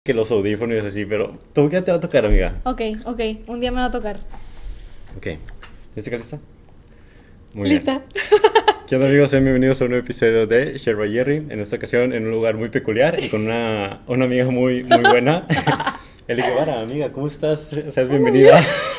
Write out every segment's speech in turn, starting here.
que los audífonos es así, pero ¿tú qué te va a tocar, amiga? Ok, un día me va a tocar. Ok. ¿Lista, lista? Muy bien. Lista. ¿Qué onda, amigos? Sean bienvenidos a un nuevo episodio de Share by Jerry. En esta ocasión en un lugar muy peculiar y con una amiga muy buena. Eli Guevara, amiga, ¿cómo estás? Seas bienvenida.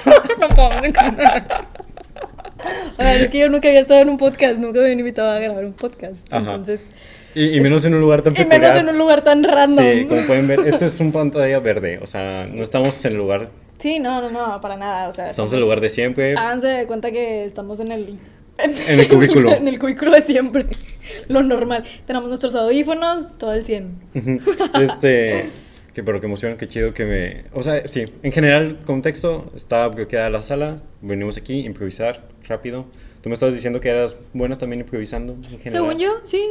A ver, es que yo nunca había estado en un podcast, nunca me habían invitado a grabar un podcast. Ajá. Entonces. Y menos en un lugar tan Y peculiar. menos en un lugar tan random. Sí, como pueden ver, esto es un pantalla verde. O sea, no estamos en el lugar. Sí, no, para nada. O sea, Estamos en el lugar de siempre. Háganse de cuenta que estamos en el el cubículo. En el cubículo de siempre. Lo normal. Tenemos nuestros audífonos, todo el 100. Pero qué emoción, qué chido que me... O sea, sí, en general, contexto, estaba bloqueada la sala, venimos aquí a improvisar rápido. Tú me estabas diciendo que eras buena también improvisando en general. Según yo, sí,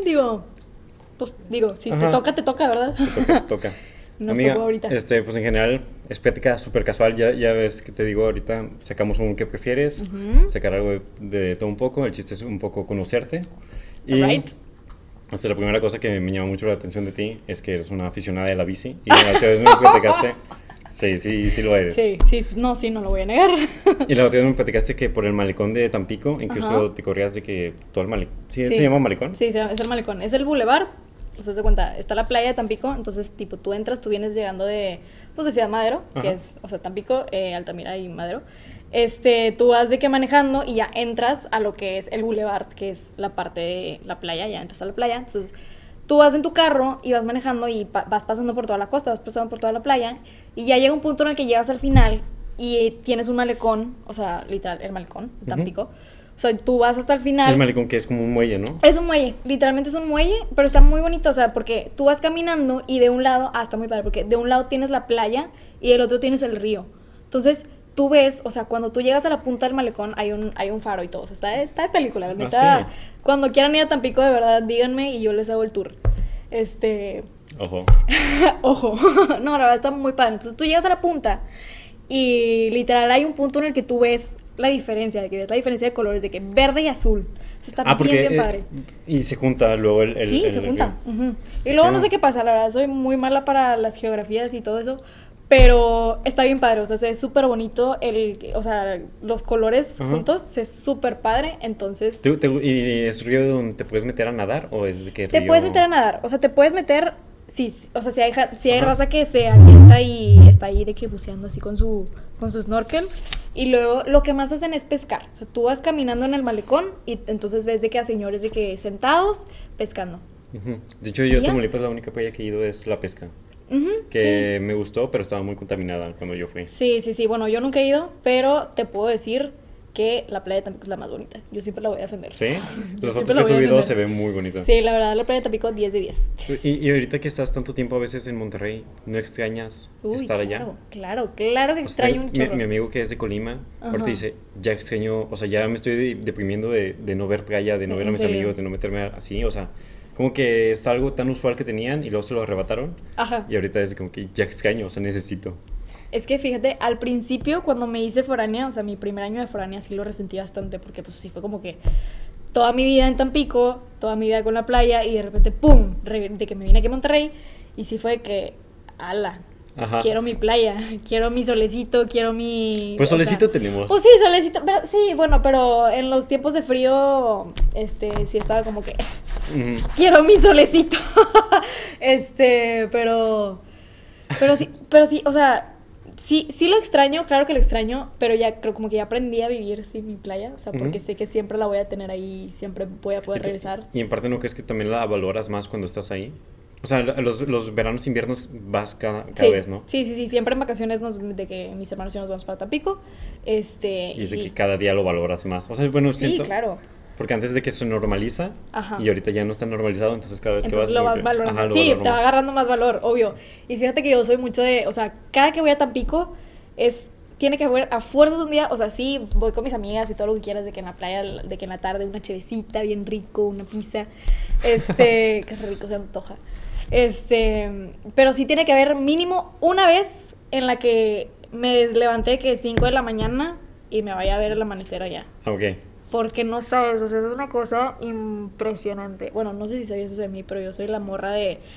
si Ajá. te toca, ¿verdad? Te toca. Nos Amiga, tocó ahorita. pues en general es plática súper casual, ya ves que te digo ahorita, sacamos un ¿qué prefieres? Sacar algo de todo un poco, el chiste es un poco conocerte. Y Alright. la primera cosa que me llama mucho la atención de ti es que eres una aficionada de la bici. Y la otra vez me platicaste, sí lo eres. Sí, no lo voy a negar. Y la otra vez me platicaste que por el malecón de Tampico, incluso Ajá. te corrías de que todo el malecón. ¿Sí? Sí. ¿Se llama malecón? Sí, es el malecón. Es el boulevard. Pues haz de cuenta, está la playa de Tampico, entonces tipo tú entras, tú vienes llegando de Ciudad Madero, Ajá. que es, o sea, Tampico, Altamira y Madero. Tú vas de que manejando y ya entras a lo que es el boulevard, que es la parte de la playa, ya entras a la playa. Entonces tú vas en tu carro y vas manejando y vas pasando por toda la costa, vas pasando por toda la playa y ya llega un punto en el que llegas al final y tienes un malecón, o sea, literal, el malecón de Tampico. O sea, tú vas hasta el final. El malecón que es como un muelle, ¿no? Es un muelle, literalmente es un muelle, pero está muy bonito, o sea, porque tú vas caminando y de un lado, está muy padre, porque de un lado tienes la playa y del otro tienes el río. Entonces, tú ves, o sea, cuando tú llegas a la punta del malecón hay un faro y todo, o sea, está de película, la neta. Sí. Cuando quieran ir a Tampico, de verdad, díganme y yo les hago el tour. Ojo. Ojo, no, la verdad está muy padre. Entonces, tú llegas a la punta y literal hay un punto en el que tú ves la diferencia, de colores, de que verde y azul. O sea, está bien padre. Y se junta luego el Sí, el se junta. río. Y luego Sí, no sé qué pasa, la verdad, soy muy mala para las geografías y todo eso, pero está bien padre, o sea, es súper bonito, o sea, los colores Ajá. juntos, es súper padre, entonces... ¿Y es río donde te puedes meter a nadar o es de que Te río? puedes meter a nadar, o sea, te puedes meter, sí, o sea, si hay Ajá. raza que se avienta y está ahí de que buceando así con su snorkel, y luego lo que más hacen es pescar, o sea, tú vas caminando en el malecón y entonces ves de que a señores de que sentados pescando. Ujú. De hecho, yo ¿Y en ya? Tamaulipas la única playa que he ido es la pesca. Que me gustó, pero estaba muy contaminada cuando yo fui. Sí, bueno, yo nunca he ido, pero te puedo decir que la playa de Tampico es la más bonita. Yo siempre la voy a defender. ¿Sí? Las siempre fotos la que he voy a subido defender. se ven muy bonitas. Sí, la verdad, la playa de Tampico, 10 de 10. Y ahorita que estás tanto tiempo a veces en Monterrey, ¿no extrañas estar allá? Claro que extraño un Mi chorro. amigo que es de Colima, ahorita Ajá. dice, ya extraño, o sea, ya me estoy deprimiendo de no ver playa, de no ver a ¿En mis serio? amigos, de no meterme así, o sea, como que es algo tan usual que tenían y luego se lo arrebataron. Ajá. Y ahorita es como que ya extraño, o sea, necesito. Es que fíjate, al principio cuando me hice foránea, o sea, mi primer año de foránea sí lo resentí bastante porque pues sí fue como que toda mi vida en Tampico, toda mi vida con la playa y de repente ¡pum! De que me vine aquí a Monterrey y sí fue que, ala, Ajá. quiero mi playa, quiero mi solecito, quiero mi... Pues o sea, solecito tenemos. Pues sí, solecito, pero, sí, bueno, pero en los tiempos de frío, sí estaba como que Ujú. quiero mi solecito. Pero sí, o sea, sí lo extraño, claro que lo extraño, pero ya creo como que ya aprendí a vivir sin mi playa, o sea, porque sé que siempre la voy a tener ahí, siempre voy a poder regresar. Y en parte, ¿no crees que también la valoras más cuando estás ahí? O sea, los veranos, inviernos vas cada vez, ¿no? Sí, siempre en vacaciones de que mis hermanos y yo nos vamos para Tampico, Y es de sí. que cada día lo valoras más. O sea, bueno, Sí, siento... claro. Porque antes de que se normaliza, Ajá. y ahorita ya no está normalizado, entonces cada vez que vas... Entonces lo como vas que, valorando. ajá, lo Sí, valoro te va más. agarrando más valor, obvio. Y fíjate que yo soy mucho de, o sea, cada que voy a Tampico tiene que haber a fuerzas un día, o sea, sí, voy con mis amigas y todo lo que quieras, de que en la playa, de que en la tarde una chevecita bien rico, una pizza, qué rico se antoja. Pero sí tiene que haber mínimo una vez en la que me levanté que 5 de la mañana y me vaya a ver el amanecer allá. Ok. Porque no sabes, o sea, es una cosa impresionante. Bueno, no sé si sabías eso de mí, pero yo soy la morra de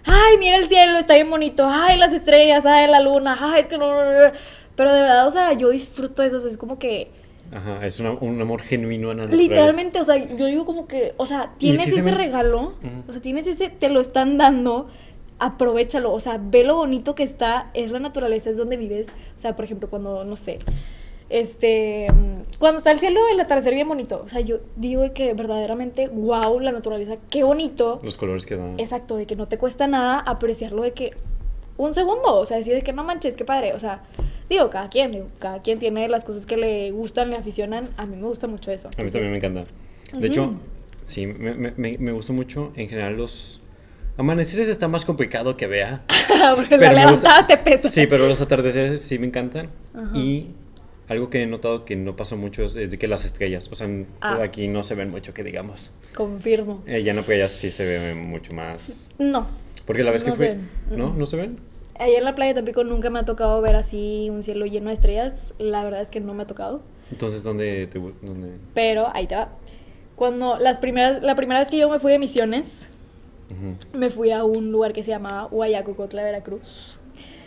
ay, mira el cielo, está bien bonito, ay, las estrellas, ay, la luna, ay, es que no, pero de verdad, o sea, yo disfruto de eso, o sea, es como que, Ajá, es un amor genuino a la naturaleza. literalmente, o sea, yo digo como que, o sea, tienes sí se ese me- regalo, o sea, tienes ese, te lo están dando, aprovéchalo, o sea, ve lo bonito que está, es la naturaleza, es donde vives, o sea, por ejemplo, cuando, no sé, cuando está el cielo, el atardecer bien bonito, o sea, yo digo que verdaderamente, wow, la naturaleza, qué bonito, Los colores que dan. exacto, de que no te cuesta nada apreciarlo de que un segundo, o sea, decir de que no manches, qué padre, o sea, digo, cada quien tiene las cosas que le gustan, le aficionan, a mí me gusta mucho eso. A mí también me encanta. De hecho, sí, me gusta mucho en general los... Amaneceres está más complicado que vea. Porque Pero la me gusta- levantada te pesa. Sí, pero los atardeceres sí me encantan. Ajá. Y algo que he notado que no pasa mucho es de que las estrellas, o sea, aquí no se ven mucho que digamos. Confirmo. Ya no, pues ya sí se ve mucho más. No, Porque la vez No que se fui... ven. ¿No? ¿No se ven? allá en la playa de Tampico nunca me ha tocado ver así un cielo lleno de estrellas, la verdad es que no me ha tocado, Entonces, ¿dónde? pero ahí te va. Cuando la primera vez que yo me fui de misiones, Ujú. me fui a un lugar que se llamaba Huayacocotla, Veracruz.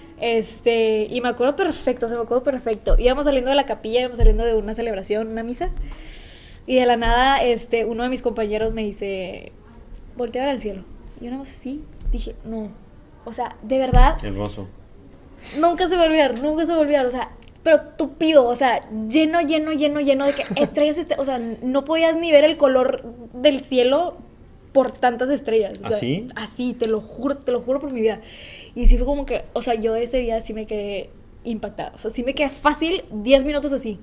Y me acuerdo perfecto, o sea, me acuerdo perfecto. Íbamos saliendo de la capilla, íbamos saliendo de una celebración, una misa. Y de la nada, uno de mis compañeros me dice, voltea a ver al cielo. Y yo nada más así, dije, no. O sea, de verdad, Hermoso. nunca se va a olvidar, o sea, pero tupido, o sea, lleno de que estrellas, o sea, no podías ni ver el color del cielo por tantas estrellas. O sea, ¿Así? Así, te lo juro por mi vida. Y sí fue como que, o sea, yo ese día sí me quedé impactada, o sea, sí me quedé fácil 10 minutos así.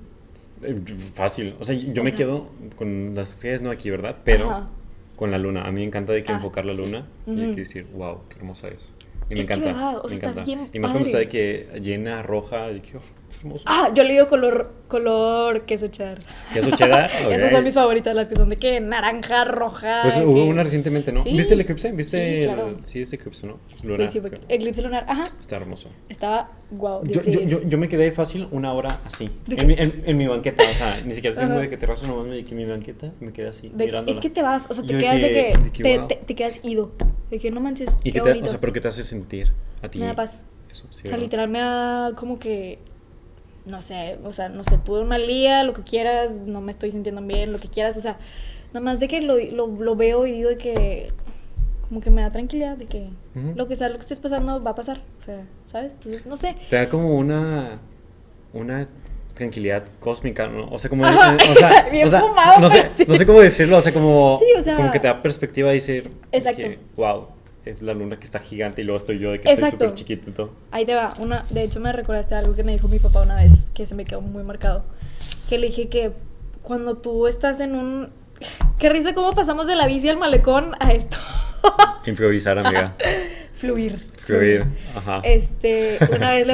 Fácil. O sea, yo O me sea. quedo con las estrellas, no aquí, ¿verdad? Pero Ajá. con la luna. A mí me encanta de que Ah, enfocar la sí. luna y hay Ujú. que decir, wow, qué hermosa es. Y me Es que, encanta. ¿verdad? O Me sea, está encanta. bien Y más cuando está padre. de que llena, roja, y que, oh, qué hermoso. Ah, yo le digo color queso cheddar. ¿Queso cheddar? Ok. Esas son mis favoritas, las que son de que naranja, roja. Pues de hubo que- una recientemente, ¿no? Sí. ¿Viste el eclipse? ¿Viste Sí, claro. Sí, ese eclipse, ¿no? Sí, Lunar. sí, eclipse lunar, ajá. Está hermoso. Estaba guau. Yo me quedé fácil una hora así. ¿De En qué? en mi banqueta, o sea, ni siquiera tengo Ajá. de que terrazo, nomás me dediqué a mi banqueta y me quedé así, mirándola. Es que te vas, o sea, te Yo de quedas de que- que, de que, wow. te quedas ido. De que no manches, ¿Y qué qué te, bonito. o sea, pero qué te hace sentir a ti? Me da paz. Eso, sí, O sea, ¿verdad? literal me da como que, no sé, tuve un mal día, lo que quieras, no me estoy sintiendo bien, lo que quieras, o sea, nada más de que lo veo y digo de que, como que me da tranquilidad, de que Ujú. lo que estés pasando va a pasar, o sea, ¿sabes? Entonces, no sé. Te da como una tranquilidad cósmica, ¿no? O sea, como... Ajá. Bien fumado, no sé, pero sí. no sé cómo decirlo, o sea, como... Sí, o sea- como que te da perspectiva y decir... Exacto. Que, wow, es la luna que está gigante y luego estoy yo de que estoy Exacto. súper chiquitito. Ahí te va, de hecho me recordaste algo que me dijo mi papá una vez, que se me quedó muy marcado, que le dije que cuando tú estás en un... Qué risa cómo pasamos de la bici al malecón a esto. Improvisar, amiga. Fluir. Fluir. Ajá. Una vez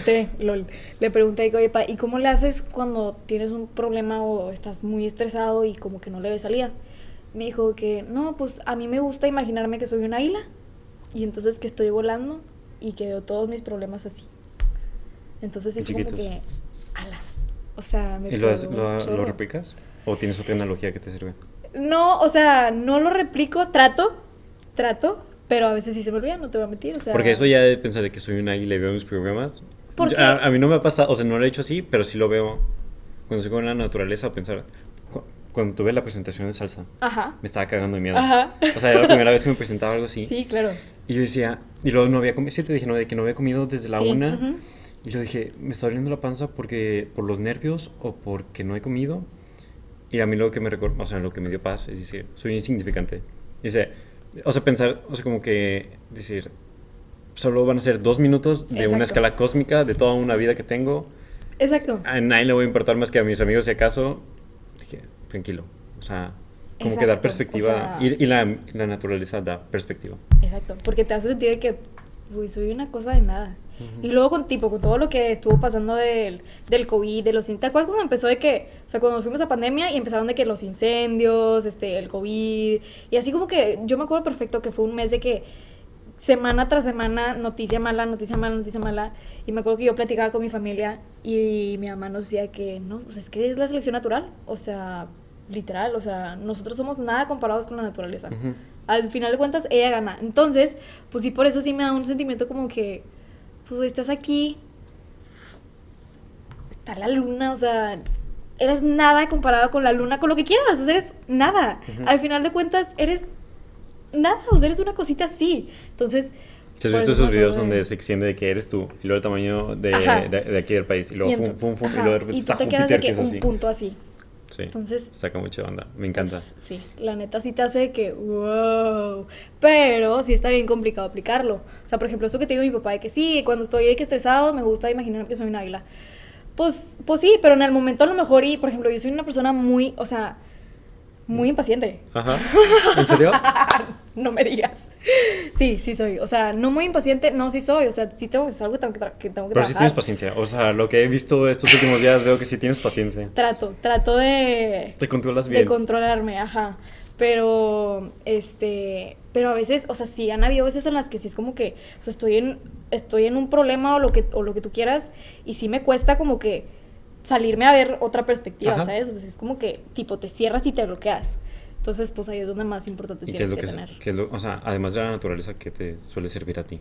le pregunté, oye, pa, ¿y cómo le haces cuando tienes un problema o estás muy estresado y como que no le ves salida? Me dijo que, no, pues a mí me gusta imaginarme que soy un águila y entonces que estoy volando y que veo todos mis problemas así. Entonces sí fue como Chiquitos. que, ala, o sea, me ¿Y lo pegó un lo chorro. replicas? ¿O tienes otra analogía que te sirve? No, o sea, no lo replico, trato, pero a veces sí se me olvida, no te voy a mentir, o sea... Porque eso ya de pensar de que soy un águila y veo mis problemas. ¿Por qué? A mí no me ha pasado, o sea, no lo he hecho así, pero sí lo veo cuando estoy con la naturaleza, pensar. Cuando tuve la presentación de salsa, Ajá, me estaba cagando de miedo. Ajá. O sea, era la primera vez que me presentaba algo así. sí, claro. Y yo decía, y luego no había comido, sí te dije, no, de que no había comido desde la Sí, 1. ujú. Y yo dije, me está doliendo la panza porque por los nervios o porque no he comido. Y a mí lo que me recuerda, o sea, lo que me dio paz es decir, soy insignificante. Dice, o sea, pensar, o sea, como que decir, solo van a ser 2 minutos de Exacto. una escala cósmica de toda una vida que tengo. Exacto. A nadie le voy a importar más que a mis amigos, si acaso. Dije, tranquilo. O sea, como que da Exacto, perspectiva. o sea- Y la naturaleza da perspectiva. Exacto, porque te hace sentir que, uy, soy una cosa de nada. Y luego con todo lo que estuvo pasando del COVID, de los... ¿Te acuerdas cuando empezó de que, o sea, cuando fuimos a pandemia y empezaron de que los incendios, el COVID, y así como que yo me acuerdo perfecto que fue un mes de que semana tras semana, noticia mala, noticia mala, noticia mala, y me acuerdo que yo platicaba con mi familia y mi mamá nos decía que no, pues es que es la selección natural, o sea, literal, o sea, nosotros somos nada comparados con la naturaleza. Al final de cuentas, ella gana. Entonces, pues sí, por eso sí me da un sentimiento como que, pues estás aquí, está la luna, o sea, eres nada comparado con la luna, con lo que quieras, o sea, eres nada. Al final de cuentas, eres nada, o sea, eres una cosita así. Entonces... ¿Te has visto esos videos donde se extiende de que eres tú y luego el tamaño de aquí del país y luego y y luego de repente y está tú te quedas Júpiter de que es un así? punto así. Sí, entonces saca mucha onda, me encanta. Pues, sí, la neta sí te hace de que wow, pero sí está bien complicado aplicarlo. O sea, por ejemplo, eso que te digo mi papá de que sí, cuando estoy de que estresado me gusta imaginar que soy un águila. Pues sí, pero en el momento a lo mejor, y por ejemplo, yo soy una persona muy, o sea, muy impaciente. Ajá. ¿En serio? No me digas. Sí, sí soy. O sea, no muy impaciente, no, sí soy. O sea, sí tengo, es algo que tengo que Pero trabajar. sí tienes paciencia. O sea, lo que he visto estos últimos días veo que sí tienes paciencia. Trato de... Te controlas bien. De controlarme, ajá. Pero, pero a veces, o sea, sí han habido veces en las que sí es como que, o sea, estoy en un problema o lo que tú quieras y sí me cuesta como que salirme a ver otra perspectiva, Ajá. ¿sabes? O sea, es como que, tipo, te cierras y te bloqueas. Entonces, pues ahí es donde más importante ¿Y tienes qué es tener. o sea, además de la naturaleza, qué te suele servir a ti?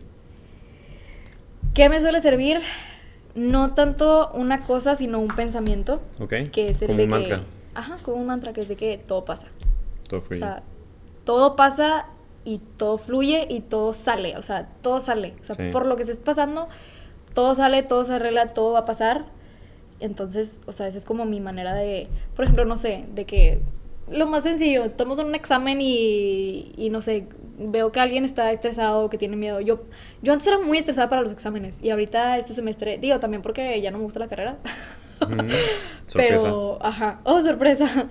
¿Qué me suele servir? No tanto una cosa, sino un pensamiento. ¿Ok? Que es el como de un que, mantra. Ajá, como un mantra, que es de que todo pasa. Todo fluye. O sea, todo pasa y todo fluye y todo sale. O sea, todo sale. O sea, Sí. por lo que estés pasando, todo sale, todo se arregla, todo va a pasar. Entonces, o sea, esa es como mi manera de, por ejemplo, no sé, de que lo más sencillo, tomas un examen y no sé, veo que alguien está estresado, que tiene miedo. Yo antes era muy estresada para los exámenes y ahorita este semestre, digo, también porque ya no me gusta la carrera. Sorpresa. Pero, ajá, oh, sorpresa.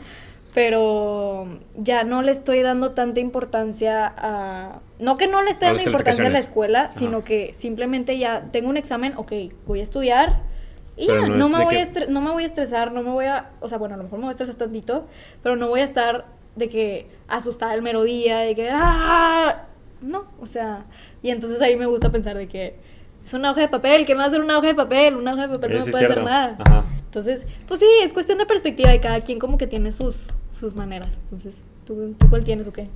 Pero ya no le estoy dando tanta importancia a... No que no le esté A dando las importancia a la calificaciones. escuela, Ajá. sino que simplemente ya tengo un examen, ok, voy a estudiar y Pero ya, no no es me de voy que- a no me voy a estresar, no me voy a... O sea, bueno, a lo mejor me voy a estresar tantito, pero no voy a estar de que asustada el mero día, de que... ¡Ah! No, o sea... Y entonces ahí me gusta pensar de que es una hoja de papel, ¿qué me va a hacer una hoja de papel? Una hoja de papel no Sí, me puede hacer cierto. nada. Ajá. Entonces, pues sí, es cuestión de perspectiva de cada quien como que tiene sus maneras. Entonces, ¿tú cuál tienes o qué?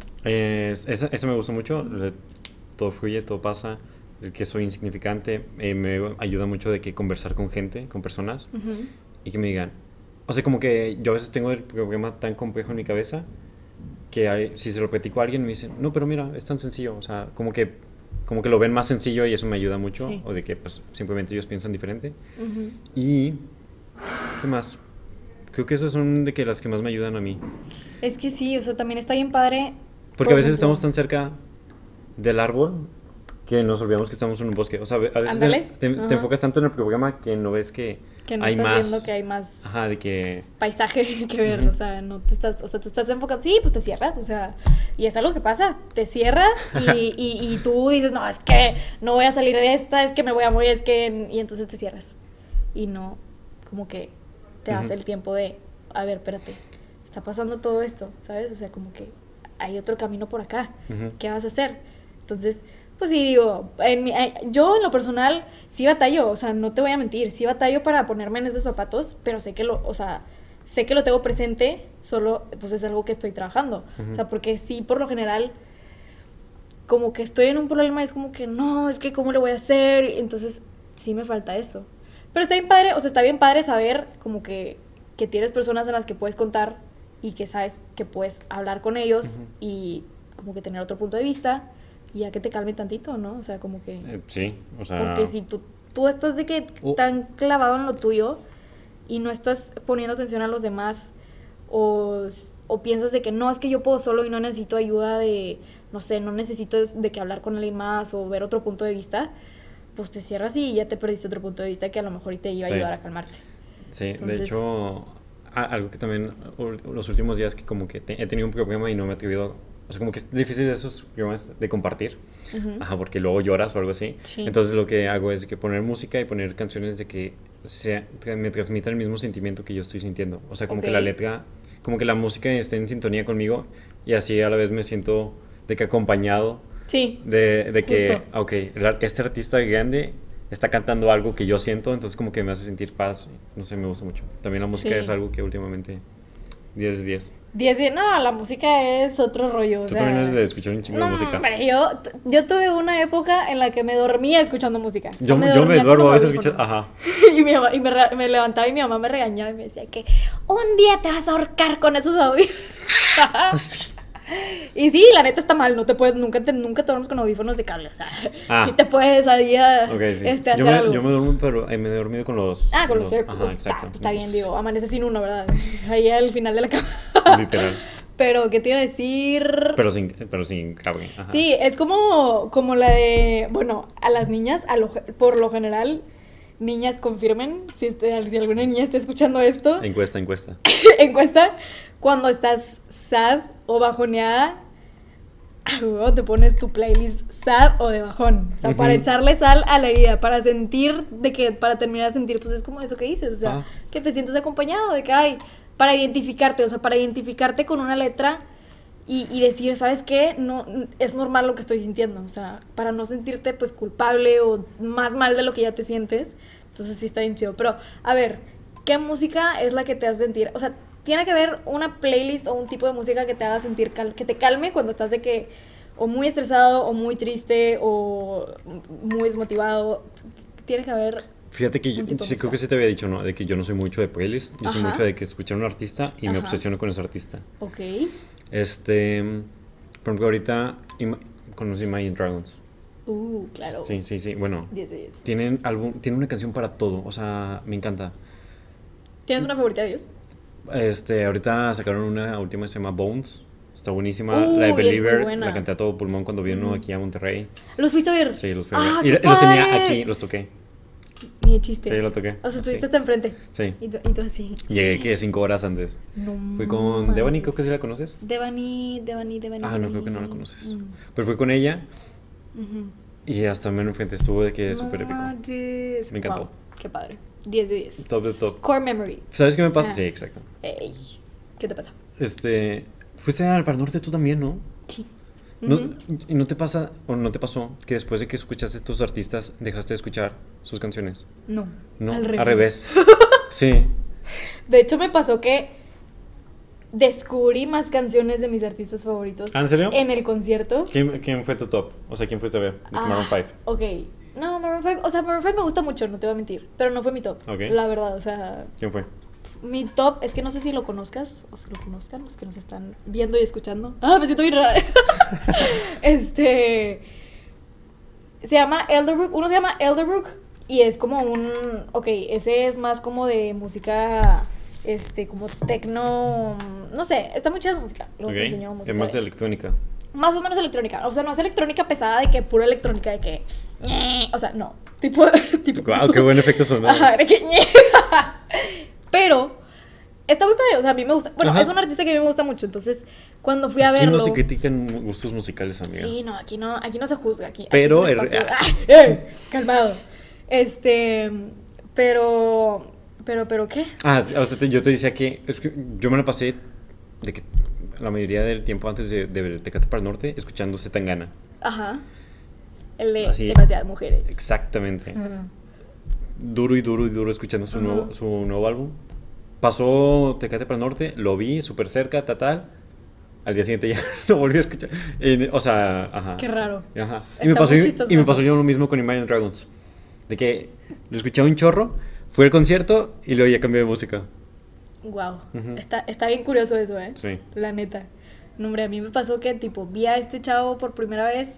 Esa me gusta mucho. Todo fluye, todo pasa. El que soy insignificante me ayuda mucho de que conversar con gente, con personas, y que me digan. O sea, como que yo a veces tengo el problema tan complejo en mi cabeza que si se lo platico a alguien me dicen, no, pero mira, es tan sencillo. O sea, como que lo ven más sencillo y eso me ayuda mucho. Sí. O de que pues simplemente ellos piensan diferente. Y ¿qué más? Creo que esas son de que las que más me ayudan a mí. Es que sí, o sea, también está bien padre. Porque a veces ejemplo, estamos tan cerca del árbol que nos olvidamos que estamos en un bosque. O sea, a veces Ándale. te Ajá. enfocas tanto en el programa que no ves que no hay estás más. viendo que hay más Ajá, de que. paisaje que ver, o sea, no te estás, o sea, te estás enfocando, sí, pues te cierras, o sea, y es algo que pasa, te cierras y tú dices, no, es que no voy a salir de esta, es que me voy a morir, y entonces te cierras y no, como que te das el tiempo de, a ver, espérate, está pasando todo esto, ¿sabes? O sea, como que hay otro camino por acá, ¿qué vas a hacer? Entonces, pues sí, digo, yo en lo personal sí batallo, o sea, no te voy a mentir, sí batallo para ponerme en esos zapatos, pero sé que sé que lo tengo presente, solo pues es algo que estoy trabajando. O sea, porque sí, por lo general, como que estoy en un problema y es como que no, es que cómo le voy a hacer, entonces sí me falta eso. Pero está bien padre, o sea, está bien padre saber como que tienes personas en las que puedes contar y que sabes que puedes hablar con ellos y como que tener otro punto de vista y ya que te calmen tantito, ¿no? O sea, como que... Sí, o sea. Porque si tú estás de que tan clavado en lo tuyo y no estás poniendo atención a los demás o piensas de que no, es que yo puedo solo y no necesito ayuda de, no sé, no necesito de que hablar con alguien más o ver otro punto de vista, pues te cierras y ya te perdiste otro punto de vista que a lo mejor te iba a ayudar a calmarte. Sí, Entonces, de hecho, algo que también los últimos días que como que he tenido un problema y no me he atrevido, o sea, como que es difícil de esos problemas de compartir, ajá, porque luego lloras o algo así. Sí. Entonces lo que hago es que poner música y poner canciones de que me transmita el mismo sentimiento que yo estoy sintiendo. O sea, como que la letra, como que la música esté en sintonía conmigo y así a la vez me siento de que acompañado. Sí. De que, ok, este artista grande está cantando algo que yo siento, entonces como que me hace sentir paz. No sé, me gusta mucho. También la música es algo que últimamente 10 de 10. No, la música es otro rollo. Tú también eres de escuchar un chingo de música. Hombre, yo tuve una época en la que me dormía escuchando música. Yo me dormía con duermo los a veces audífonos. escuchando. Ajá. Y, me levantaba y mi mamá me regañaba y me decía que un día te vas a ahorcar con esos audífonos. Hostia. Y sí, la neta está mal, no te puedes, nunca te duermes con audífonos de cable, o sea, sí te puedes a día Ok, sí. hacer algo. Yo me duermo, pero me he dormido con los... Con los AirPods. Ajá, exacto. Está bien, digo, amanece sin uno, ¿verdad? Ahí al final de la cama. Literal. Pero, ¿qué te iba a decir? Pero sin cargue. Ajá. Sí, es como la de, bueno, a las niñas, por lo general, niñas confirmen, si alguna niña está escuchando esto, Encuesta. encuesta, cuando estás sad o bajoneada, te pones tu playlist sad o de bajón, o sea, para echarle sal a la herida, para terminar de sentir, pues es como eso que dices, o sea, que te sientes acompañado, de que para identificarte, o sea, para identificarte con una letra y decir, ¿sabes qué? No, es normal lo que estoy sintiendo, o sea, para no sentirte pues culpable o más mal de lo que ya te sientes, entonces sí está bien chido. Pero, a ver, ¿qué música es la que te hace sentir? O sea, tiene que haber una playlist o un tipo de música que te haga sentir, que te calme cuando estás de que, o muy estresado, o muy triste, o muy desmotivado, tiene que haber... Fíjate que creo que sí te había dicho, ¿no? De que yo no soy mucho de playlist. Yo soy mucho de que escuchar a un artista y me obsesiono con ese artista. Ok. Por ejemplo, ahorita conocí Imagine Dragons. Claro. Sí. Bueno, 10 de 10. tienen una canción para todo. O sea, me encanta. ¿Tienes una favorita de ellos? Ahorita sacaron una última que se llama Bones. Está buenísima. La de Believer, la canté a todo pulmón cuando vino aquí a Monterrey. ¿Los fuiste a ver? Sí, los fui a ver. ¡Ah, Y qué los tenía padre! aquí, los toqué. Ni de chiste. Sí, lo toqué. O sea, estuviste Sí. hasta enfrente. Sí. Y tú así. Llegué que 5 horas antes. No Fui con manches. Devani, creo que sí la conoces. Devani. No, creo que no la conoces. Pero fui con ella y hasta menos enfrente estuvo de que súper épico. Manches. Me encantó. Wow, qué padre. 10 de 10. Top de top. Core Memory. ¿Sabes qué me pasa? Sí, exacto. Ey, ¿qué te pasa? Fuiste al Pal Norte tú también, ¿no? Sí. ¿Y no te pasa o no te pasó que después de que escuchaste a tus artistas dejaste de escuchar sus canciones? No. No, Al al revés. Sí. De hecho, me pasó que descubrí más canciones de mis artistas favoritos. ¿Ah, en serio? En el concierto. ¿Quién fue tu top? O sea, ¿quién fuiste a ver? De Maroon 5. Ok. No, Maroon 5, o sea, Maroon 5 me gusta mucho, no te voy a mentir, pero no fue mi top. Ok. La verdad, o sea, ¿Quién fue? mi top, es que no sé si lo conozcas, o si lo conozcan, los que nos están viendo y escuchando. Me siento bien rara. Se llama Elderbrook, uno se llama Elderbrook y es como ese es más como de música, como tecno, no sé, está muy chida su música. Luego te enseño música. Es más electrónica. Más o menos electrónica, o sea, no es electrónica pesada de que pura electrónica de que, o sea, no, tipo. Wow, qué buen efecto sonoro. Ajá, de que, pero está muy padre, o sea, a mí me gusta. Bueno, es un artista que a mí me gusta mucho, entonces cuando fui a verlo. Aquí no se critican gustos musicales, amiga. Sí, no, aquí no se juzga, aquí Pero es un espacio. Calmado. Pero ¿qué? O sea, yo te decía que yo me la pasé de que la mayoría del tiempo antes de ver Tecate para el Norte escuchando Zetangana. Ajá. El de Así, demasiadas mujeres. Exactamente. Ajá. Duro escuchando su nuevo álbum. Pasó Tecate para el Norte, lo vi súper cerca, tal. Al día siguiente ya lo volví a escuchar. O sea, ajá. Qué raro. Ajá. Está muy chistoso Y me eso. pasó yo lo mismo con Imagine Dragons. De que lo escuchaba un chorro, fui al concierto y luego ya cambié de música. Wow. Está bien curioso eso, Sí. La neta. No, hombre, a mí me pasó que tipo vi a este chavo por primera vez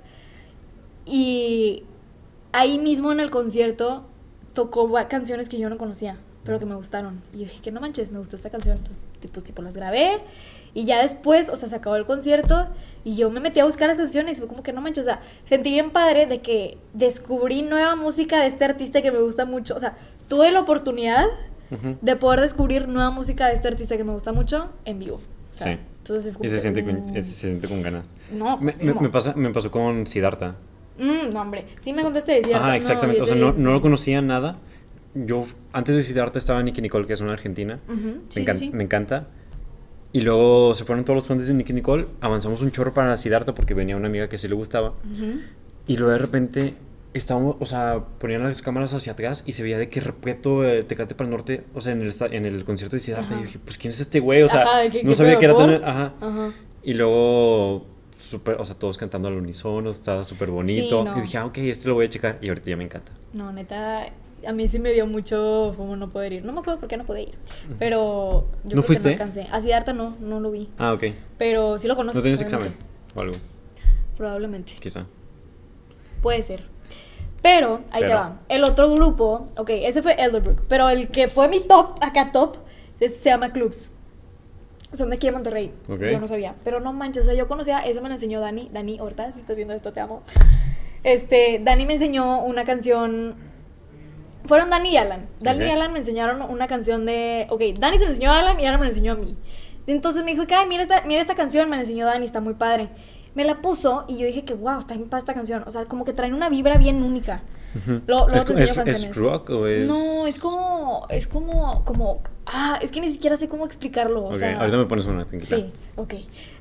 y ahí mismo en el concierto tocó canciones que yo no conocía, pero que me gustaron. Y yo dije, que no manches, me gustó esta canción. Entonces, tipo las grabé y ya después, o sea, se acabó el concierto y yo me metí a buscar las canciones y fue como que no manches, o sea, sentí bien padre de que descubrí nueva música de este artista que me gusta mucho. O sea, tuve la oportunidad de poder descubrir nueva música de este artista que me gusta mucho en vivo. O sea, Sí. entonces fue Y como se siente con ganas. No, Me pasó con Siddhartha. no, hombre, sí me contaste de Siddhartha. Ajá, exactamente. No, O sea, no lo conocía nada. Yo, antes de Siddhartha estaba Nicki Nicole, que es una argentina. Me encanta. Y luego se fueron todos los frontes de Nicki Nicole. Avanzamos un chorro para Siddhartha porque venía una amiga que sí le gustaba. Y luego de repente estábamos, o sea, ponían las cámaras hacia atrás y se veía de que repleto Tecate para el Norte, o sea, en el concierto de Siddhartha. Y yo dije, pues, ¿quién es este güey? O sea, Ajá, no sabía que era pedo, tan... ¿por? Ajá. Ajá. Y luego, súper, o sea, todos cantando al unísono, estaba súper bonito. Sí, no. Y dije, ok, este lo voy a checar. Y ahorita ya me encanta. No, neta, a mí sí me dio mucho FOMO no poder ir. No me acuerdo por qué no pude ir. Pero yo ¿No creo fuiste? que no alcancé. A Siddhartha no lo vi. Ah, ok. Pero sí lo conozco. ¿No tenías obviamente. examen o algo? Probablemente. Quizá. Puede ser. Pero, ahí te Pero. va. El otro grupo, ok, ese fue Elderbrook. Pero el que fue mi top, acá top, se llama Clubs. Son de aquí de Monterrey. Ok. Yo no sabía. Pero no manches, o sea, yo conocía, eso me lo enseñó Dani. Dani Horta, si estás viendo esto, te amo. Dani me enseñó una canción. Fueron Dani y Alan. Dani Ok. y Alan me enseñaron una canción de. Ok, Dani se la enseñó a Alan y Alan me la enseñó a mí. Entonces me dijo que, ay, mira esta canción, me la enseñó Dani, está muy padre. Me la puso y yo dije que, wow, está bien padre esta canción. O sea, como que traen una vibra bien única. Luego te enseño canciones. ¿Es rock o es...? No, es como, es que ni siquiera sé cómo explicarlo, o Ok, sea. ahorita me pones una, tranquila. Sí, ok.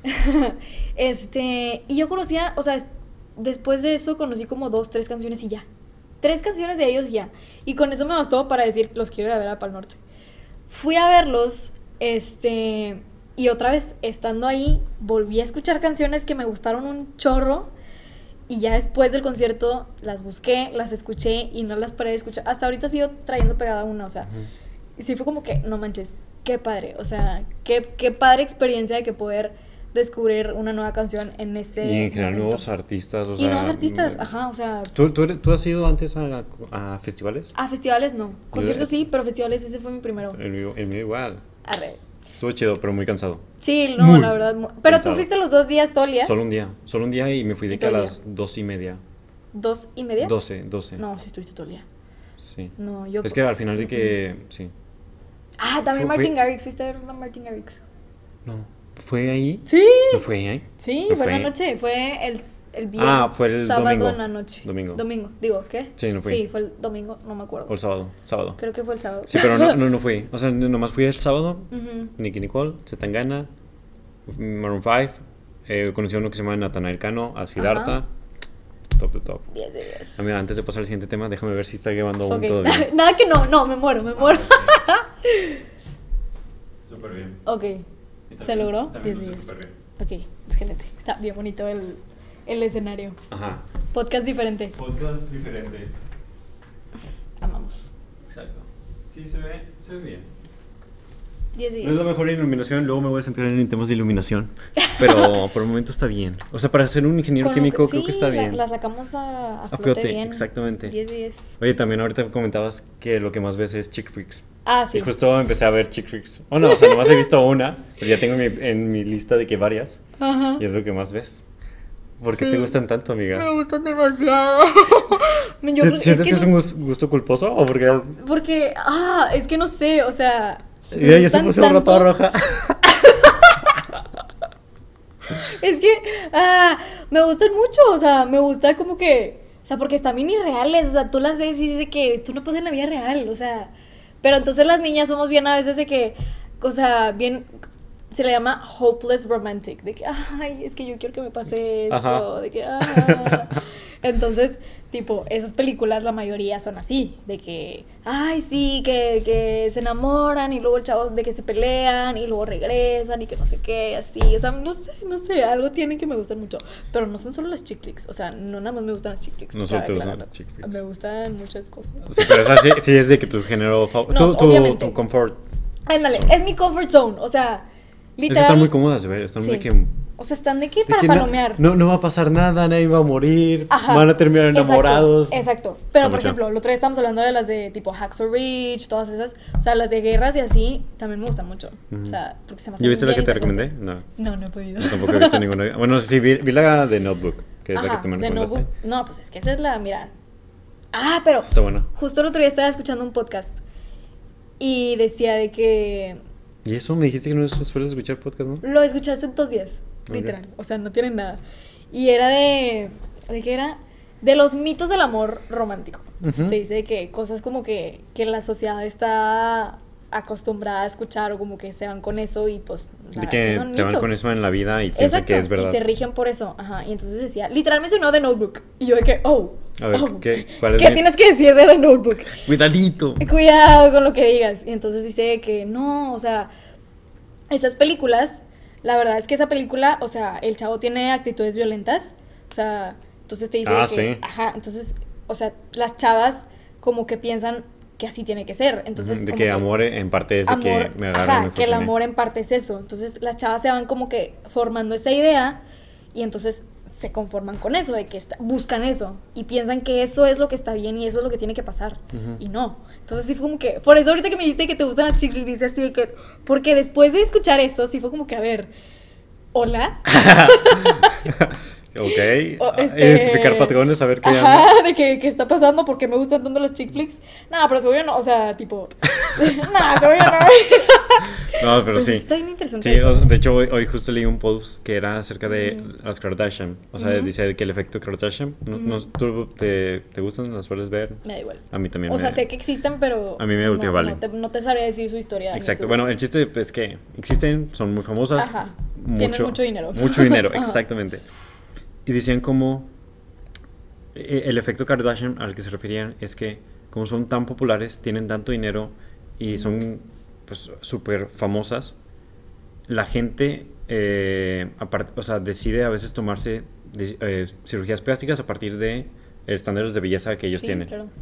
Y yo conocía, o sea, después de eso conocí como 2, 3 canciones y ya. 3 canciones de ellos y ya. Y con eso me bastó para decir, los quiero ir a ver a Pal Norte. Fui a verlos, y otra vez, estando ahí, volví a escuchar canciones que me gustaron un chorro. Y ya después del concierto las busqué, las escuché y no las paré de escuchar. Hasta ahorita sigo trayendo pegada una, o sea. Y sí fue como que, no manches, qué padre. O sea, qué padre experiencia de que poder descubrir una nueva canción en este Y en general momento. nuevos artistas, o Y sea... nuevos artistas, ajá, o sea. ¿Tú has ido antes a festivales? A festivales no. Conciertos sí, pero festivales ese fue mi primero. El mío igual. Arre. Estuvo chido, pero muy cansado. Sí, no, Muy la verdad. Pero cansado. tú fuiste los 2 días, todo el día. Solo un día y me fui de ¿Y que a todo el las 2:30. 2:30. 12. No, sí estuviste todo el día. Sí. No, yo. Es que al final de que... Sí. Ah, también Fue- Martin Garrix. ¿Fuiste a ver a Martin Garrix? No. ¿Fue ahí? Sí. ¿No fue ahí? Sí, ¿No fue en la noche, fue el viernes. Ah, fue el sábado domingo. en la noche. Domingo. Digo, ¿qué? Sí, no fui. Sí, fue el domingo, no me acuerdo. O el sábado. Sábado. Creo que fue el sábado. Sí, pero no fui. O sea, nomás fui el sábado. Ujú. Nicky Nicole, Zetangana, Maroon 5. Conocí a uno que se llama Natanael Cano, a Siddhartha. Ajá. Top de top. 10 de 10. Amiga, antes de pasar al siguiente tema, déjame ver si está grabando aún Ok. todo bien. Nada que no, me muero. Súper bien. Ok. ¿Se logró? También 10 de luce 10. súper bien. Ok, excelente. Está bien bonito el escenario. Ajá. Podcast diferente. Podcast diferente. Amamos. Exacto. Sí, se ve bien. 10 de 10. No es la mejor iluminación, luego me voy a centrar en temas de iluminación. Pero por el momento está bien. O sea, para ser un ingeniero Con lo químico que- creo que está sí, bien. La sacamos a A flote flote, bien. exactamente. 10 de 10. Oye, también ahorita comentabas que lo que más ves es chick flicks. Ah, sí. Y justo empecé a ver chick flicks. O no, o sea, nomás he visto una, pero ya tengo en mi lista de que varias. Ajá. Y es lo que más ves. ¿Por qué Sí. te gustan tanto, amiga? Me gustan demasiado. Yo creo- ¿Sientes que es no- un gusto culposo o porque Porque, es que no sé, o sea. me ya se gustan puso un rato tanto. roja? Es que, me gustan mucho, o sea, me gusta como que, o sea, porque están bien irreales, o sea, tú las ves y dices de que tú no pasas en la vida real, o sea, pero entonces las niñas somos bien a veces de que, o sea, bien, se le llama hopeless romantic, de que, ay, es que yo quiero que me pase eso, Ajá. de que, entonces, tipo, esas películas la mayoría son así, de que, ay, sí, que se enamoran y luego el chavo de que se pelean y luego regresan y que no sé qué, así, o sea, no sé, algo tienen que me gustan mucho, pero no son solo las chick flicks, o sea, no nada más me gustan las chick flicks. No solo cabe te gustan aclarar. las chick flicks. Me gustan muchas cosas. Sí, pero esa sí es de que tu género No, obviamente. tu confort. Ándale, es mi comfort zone, o sea, literal. Esas están muy cómodas de ver, están Sí. de que... O sea, están de que de para que palomear. no va a pasar nada, nadie va a morir, Ajá, van a terminar enamorados. Exacto. Pero, Está por mucho. ejemplo, el otro día estábamos hablando de las de tipo Hacksaw Ridge, todas esas. O sea, las de guerras y así también me gustan mucho. Ujú. O sea, porque se me hacen ¿Ya viste la bien que te interesantes. recomendé? No, No he podido. yo tampoco he visto ninguna. Bueno, sí, vi la de Notebook, que es la Ajá, que tú me de recomendaste. Notebook. No, pues es que esa es la, mira. Pero Está buena. justo el otro día estaba escuchando un podcast y decía de que Y eso me dijiste que no sueles escuchar podcast, ¿no? lo escuchaste en 2 días, Ok. literal. O sea, no tienen nada. Y era ¿de qué era? De los mitos del amor romántico. Entonces Ujú. te dice que cosas como que la sociedad está acostumbrada a escuchar o como que se van con eso y pues de que se van con eso en la vida y piensan que es verdad. Y se rigen por eso, ajá, y entonces decía, literal mencionó The Notebook, y yo de que, a ver, ¿cuál es ¿qué tienes que decir de The Notebook? Cuidadito. Cuidado con lo que digas, y entonces dice que no, o sea, esas películas, la verdad es que esa película, o sea, el chavo tiene actitudes violentas, o sea, entonces te dice que, sí. ajá, entonces, o sea, las chavas como que piensan que así tiene que ser, entonces de que amor en parte es de que me agarra, ajá, que el amor en parte es eso, entonces las chavas se van como que formando esa idea y entonces se conforman con eso, de que buscan eso y piensan que eso es lo que está bien y eso es lo que tiene que pasar, y no, entonces sí fue como que, por eso ahorita que me dijiste que te gustan las chick flicks, así de que, porque después de escuchar eso, sí fue como que, a ver, ¿hola? Ok, identificar patrones, a ver qué ajá, de qué está pasando, por qué me gustan tanto los chick flicks. No, pero seguro no, o sea, tipo, no, seguro no. No, pero pues sí. Está bien interesante sí, eso. de hecho hoy justo leí un post que era acerca de las Kardashian, o sea, dice que el efecto Kardashian, ¿tú te gustan? ¿Las sueles ver? Me da igual. A mí también. O sea, sé que existen, pero a mí me vale. No te sabría decir su historia. Exacto, bueno, el chiste es que existen, son muy famosas. Ajá, tienen mucho dinero. Mucho dinero, exactamente. Y decían como el efecto Kardashian al que se referían es que como son tan populares, tienen tanto dinero y son pues súper famosas, la gente o sea, decide a veces tomarse cirugías plásticas a partir de estándares de belleza que ellos tienen. Claro.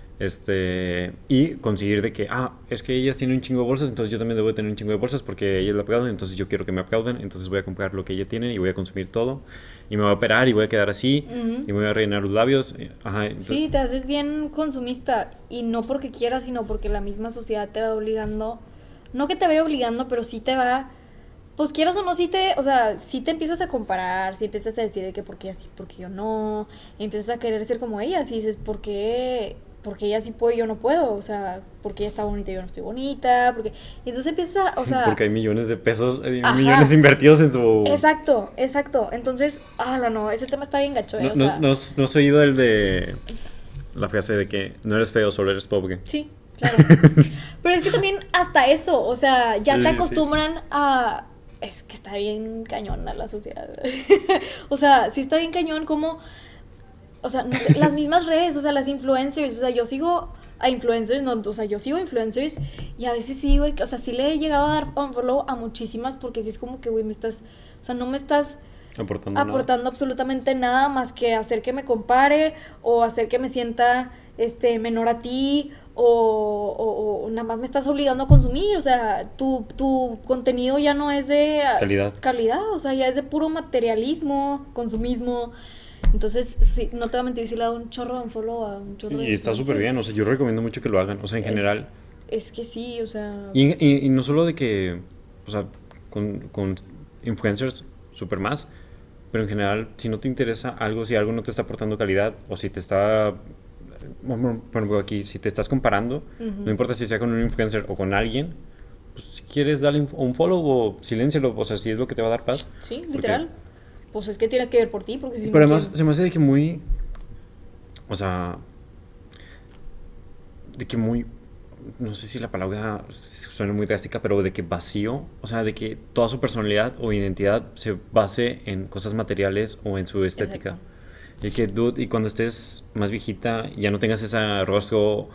Y conseguir de que, es que ellas tienen un chingo de bolsas, entonces yo también debo tener un chingo de bolsas porque ellas la aplauden, entonces yo quiero que me aplauden, entonces voy a comprar lo que ella tiene y voy a consumir todo y me voy a operar y voy a quedar así y me voy a rellenar los labios. Entonces, sí, te haces bien consumista y no porque quieras, sino porque la misma sociedad te va obligando, no que te vaya obligando, pero sí te va, pues quieras o no, o sea, sí te empiezas a comparar, sí empiezas a decir de que por qué así, por qué yo no, y empiezas a querer ser como ellas y dices, ¿por qué? Porque ella sí puede y yo no puedo, o sea, porque ella está bonita y yo no estoy bonita, porque... Y entonces empieza, o sea... Porque hay millones de pesos, millones invertidos en su... Exacto, entonces, no, ese tema está bien gacho, o sea... ¿No has oído el de la frase de que no eres feo, solo eres pobre? Sí, claro. Pero es que también hasta eso, o sea, ya te acostumbran a... Es que está bien cañona la sociedad. O sea, sí está bien cañón como... O sea, no sé, las mismas redes, o sea, las influencers, o sea, yo sigo a influencers, yo sigo a influencers y a veces sí, güey, o sea, sí le he llegado a dar unfollow a muchísimas porque sí es como que, güey, no me estás aportando absolutamente nada más que hacer que me compare o hacer que me sienta menor a ti o nada más me estás obligando a consumir, o sea, tu contenido ya no es de calidad, o sea, ya es de puro materialismo, consumismo. Entonces, sí, no te voy a mentir, si le da un chorro de unfollow a un chorro de... Y está súper bien, o sea, yo recomiendo mucho que lo hagan, o sea, en general. Es que sí, o sea... Y no solo de que, o sea, con influencers súper más, pero en general, si no te interesa algo, si algo no te está aportando calidad, o si te está... Por ejemplo, aquí, si te estás comparando, no importa si sea con un influencer o con alguien, pues si quieres darle un follow o siléncialo, o sea, si es lo que te va a dar paz. Sí, literal. Pues es que tienes que ver por ti, porque si pero además se me hace de que muy, o sea, de que muy, no sé si la palabra suena muy drástica, pero de que vacío, o sea, de que toda su personalidad o identidad se base en cosas materiales o en su estética. Y que, dude, y cuando estés más viejita ya no tengas ese rostro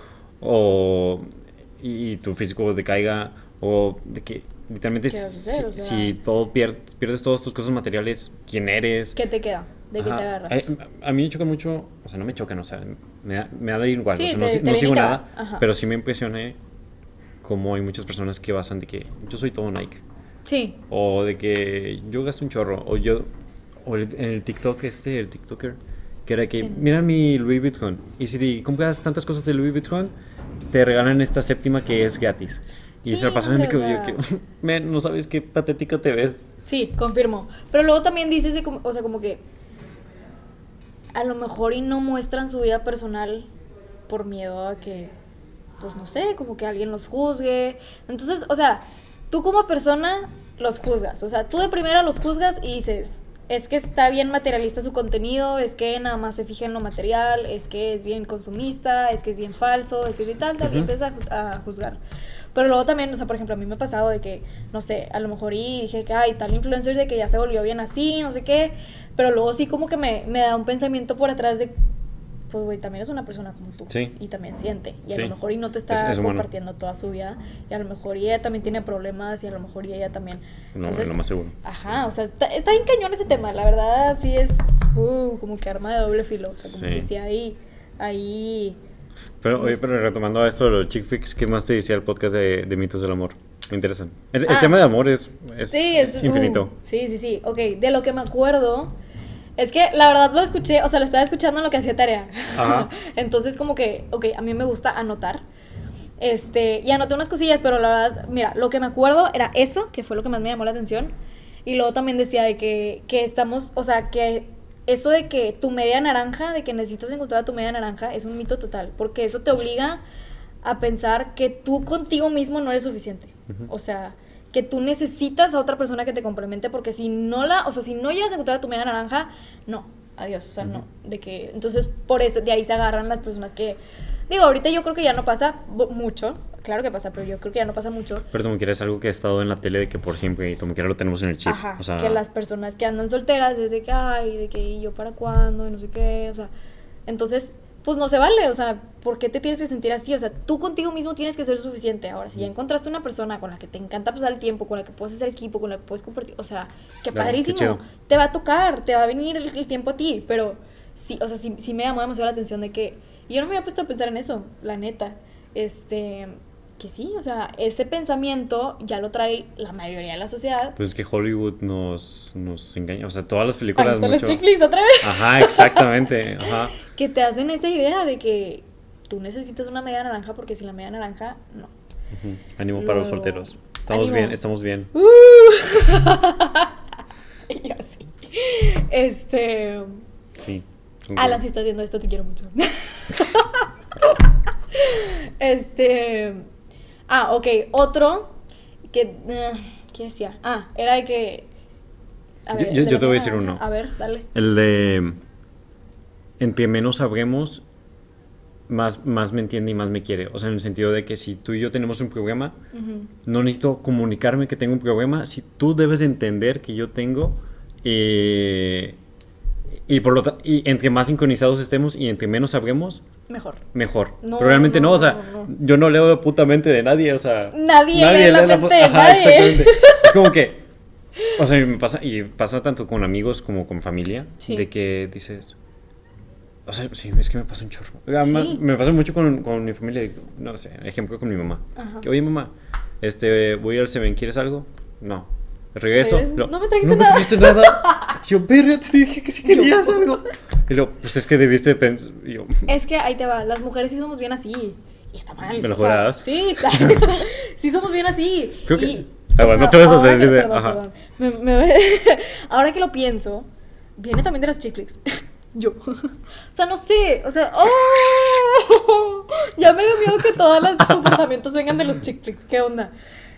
y tu físico decaiga o de que literalmente si todo pierdes todas tus cosas materiales, ¿quién eres? ¿Qué te queda? ¿De qué te agarras? A mí me choca mucho, o sea, no me chocan, o sea, me da de igual, sí, o sea, no sigo nada, pero sí me impresioné como hay muchas personas que basan de que yo soy todo Nike. Sí. O de que yo gasto un chorro, o el TikTok el TikToker, que era que, mira mi Louis Vuitton, y si compras tantas cosas de Louis Vuitton, te regalan esta séptima que es gratis. Y se la pasan de que no sabes qué patética te ves. Sí, confirmo. Pero luego también dices, o sea, como que a lo mejor y no muestran su vida personal por miedo a que, pues no sé, como que alguien los juzgue. Entonces, o sea, tú como persona los juzgas. O sea, tú de primera los juzgas y dices, es que está bien materialista su contenido, es que nada más se fija en lo material, es que es bien consumista, es que es bien falso, es que es y tal, y empiezas a juzgar. Pero luego también, o sea, por ejemplo, a mí me ha pasado de que, no sé, a lo mejor y dije que hay tal influencer de que ya se volvió bien así, no sé qué, pero luego sí como que me da un pensamiento por atrás de, pues, güey, también es una persona como tú. Sí. Y también siente. Y a Sí. lo mejor y no te está Es humano. compartiendo toda su vida. Y a lo mejor y ella también tiene problemas. Y a lo mejor y ella también. No, es lo más seguro. Ajá, o sea, está bien cañón ese tema. La verdad, sí es como que arma de doble filo. O sea, como Sí. que sí ahí Pero, oye, pero retomando esto de los chick flicks, ¿qué más te decía el podcast de mitos del amor? Me interesan. El tema de amor es infinito. Sí. Ok, de lo que me acuerdo. Es que la verdad lo escuché, o sea, lo estaba escuchando en lo que hacía tarea. Ajá. Entonces como que, ok, a mí me gusta anotar. Y anoté unas cosillas, pero la verdad, mira, lo que me acuerdo era eso, que fue lo que más me llamó la atención. Y luego también decía de que estamos, o sea, que eso de que tu media naranja, de que necesitas encontrar a tu media naranja, es un mito total. Porque eso te obliga a pensar que tú contigo mismo no eres suficiente. O sea, que tú necesitas a otra persona que te complemente, porque si no llegas a encontrar a tu media naranja, no, adiós, o sea, no, de que, entonces, por eso, de ahí se agarran las personas que, digo, ahorita yo creo que ya no pasa mucho, claro que pasa, pero yo creo que ya no pasa mucho. Pero como quiera es algo que ha estado en la tele de que por siempre, y como quiera lo tenemos en el chip. Ajá, O sea, que las personas que andan solteras, es de que, ay, de que, ¿y yo para cuándo? Y no sé qué, o sea, entonces, pues no se vale, o sea, ¿por qué te tienes que sentir así? O sea, tú contigo mismo tienes que ser suficiente. Ahora, si ya encontraste una persona con la que te encanta pasar el tiempo, con la que puedes hacer equipo, con la que puedes compartir, o sea, qué Claro, padrísimo, qué chido. te va a tocar, te va a venir el tiempo a ti, pero sí, o sea, sí me llamó demasiado la atención de que, y yo no me había puesto a pensar en eso, la neta, que sí, o sea, ese pensamiento ya lo trae la mayoría de la sociedad. pues es que Hollywood nos engaña. O sea, todas las Ahí películas están los mucho. chiclis otra vez. Ajá, exactamente. Ajá. Que te hacen esa idea de que tú necesitas una media naranja porque sin la media naranja, no. Ujú. Ánimo para los solteros. Estamos Ánimo. bien, estamos bien. Y yo así. Sí. Alan, si estás viendo esto, te quiero mucho. Ok, otro que ¿qué decía? Era de que a ver, Yo de la te voy a media decir naranja. uno. A ver, dale. El de entre menos sabremos, más me entiende y más me quiere. O sea, en el sentido de que si tú y yo tenemos un problema, no necesito comunicarme que tengo un problema. Si tú debes de entender que yo tengo, y por lo y entre más sincronizados estemos y entre menos sabremos, mejor. No, pero realmente no, o sea, no. yo no leo la puta mente de nadie, o sea, Nadie lee la mente de Ajá, nadie. exactamente. Es como que, o sea, me pasa tanto con amigos como con familia, Sí. de que dices, o sea, sí, es que me pasa un chorro. Sí. Me pasa mucho con mi familia, no sé, ejemplo con mi mamá. Ajá. Que, oye, mamá, voy al Seven, ¿quieres algo? No. Regreso. No me trajiste nada. nada. Yo, pero te dije que si querías algo. Y luego, pues es que debiste pensar. Yo, Es que ahí te va, las mujeres sí somos bien así. Y está mal. ¿Me lo o sea, jurabas? sí, claro. Sí somos bien así. Creo que- Y, bueno, o sea, no te vas a ahora salir que- de- Perdón, ajá. perdón. Ahora que lo pienso, viene también de las chick flicks. Yo. O sea, no sé. O sea, ¡oh! Ya me dio miedo que todos los comportamientos vengan de los chick flicks. ¿Qué onda?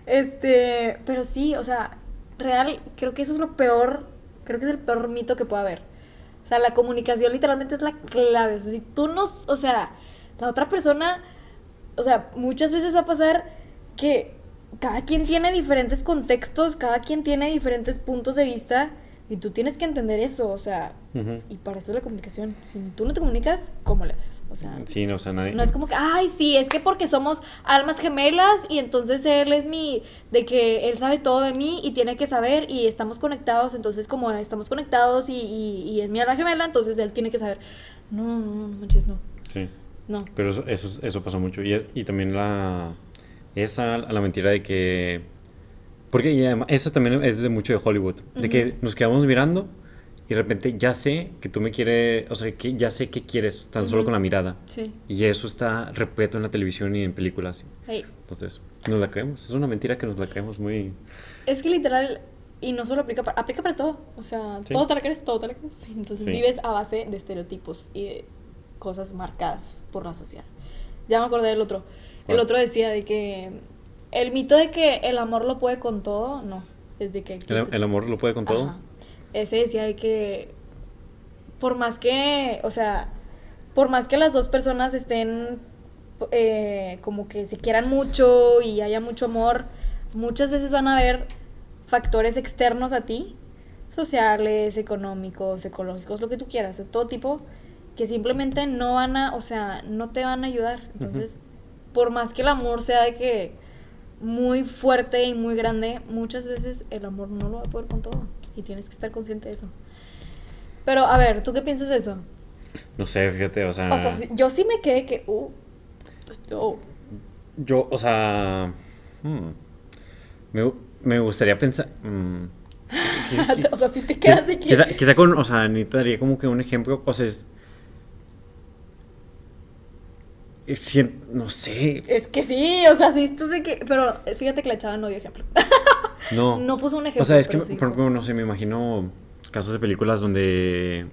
Pero sí, o sea, real, creo que eso es lo peor. Creo que es el peor mito que puede haber. O sea, la comunicación literalmente es la clave. O sea, si tú no, o sea, la otra persona, o sea, muchas veces va a pasar que cada quien tiene diferentes contextos, cada quien tiene diferentes puntos de vista y tú tienes que entender eso, o sea, y para eso es la comunicación. Si tú no te comunicas, ¿cómo le haces? O sea, sí, no, o sea, nadie. no es como que, ay, sí, es que porque somos almas gemelas y entonces él es de que él sabe todo de mí y tiene que saber y estamos conectados, entonces como estamos conectados y es mi alma gemela, entonces él tiene que saber. No manches, no. Sí. No. Pero eso pasa mucho. Y también la mentira de que. Porque y además, eso también es de mucho de Hollywood. De que nos quedamos mirando y de repente ya sé que tú me quieres. O sea, que ya sé qué quieres, tan solo con la mirada. Sí. Y eso está repleto en la televisión y en películas. Hey. Entonces, nos la creemos. Es una mentira que nos la creemos muy. Es que literal, y no solo aplica para todo. O sea, Sí. todo te la crees, todo te la crees. Entonces Sí. vives a base de estereotipos y de cosas marcadas por la sociedad. Ya me acordé del otro. El ¿Cuál? otro decía de que el mito de que el amor lo puede con todo, no. Es de que El amor lo puede con todo. Ajá. Ese decía de que por más que, o sea, por más que las dos personas estén como que se quieran mucho y haya mucho amor, muchas veces van a haber factores externos a ti, sociales, económicos, ecológicos, lo que tú quieras, de todo tipo, que simplemente no van a, o sea, no te van a ayudar. Entonces, por más que el amor sea de que muy fuerte y muy grande, muchas veces el amor no lo va a poder con todo y tienes que estar consciente de eso. Pero, a ver, ¿tú qué piensas de eso? No sé, fíjate, o sea... Yo sí me quedé que, Yo, o sea... me gustaría pensar... o sea, si te quedas de que... Quizá con, o sea, necesitaría como que un ejemplo, o sea, no sé. Es que sí, o sea, sí, esto de que... Pero fíjate que la chava no dio ejemplo. No. No puso un ejemplo. O sea, es que, sí, por ejemplo, no sé, me imagino casos de películas donde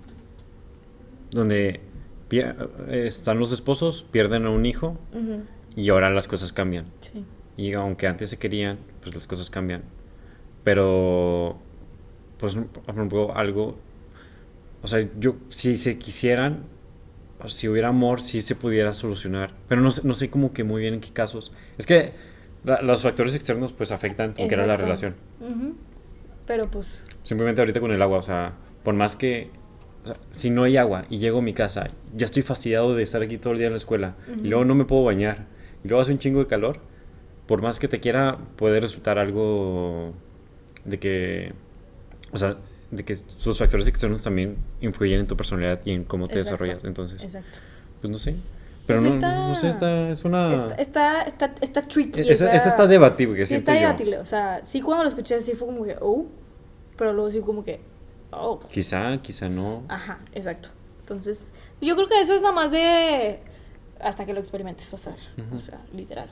están los esposos, pierden a un hijo y ahora las cosas cambian. Sí. Y aunque antes se querían, pues las cosas cambian. Pero, pues, por ejemplo, algo... O sea, si se quisieran, o si hubiera amor, sí se pudiera solucionar. Pero no sé como que muy bien en qué casos. Es que los factores externos, pues, afectan como que era la relación. Pero, pues... Simplemente ahorita con el agua, o sea, por más que... O sea, si no hay agua y llego a mi casa, ya estoy fastidiado de estar aquí todo el día en la escuela. Y luego no me puedo bañar. Y luego hace un chingo de calor. Por más que te quiera, puede resultar algo de que... O sea, de que tus factores externos también influyen en tu personalidad y en cómo te desarrollas. Entonces, pues no sé. Pero pues no sé, es una... Está tricky. Esa está debatible. Sí, está debatible. O sea, sí, cuando lo escuché, sí fue como que, pero luego sí como que, Quizá no. Ajá, exacto. Entonces, yo creo que eso es nada más de... Hasta que lo experimentes, vas a ver. O sea, literal.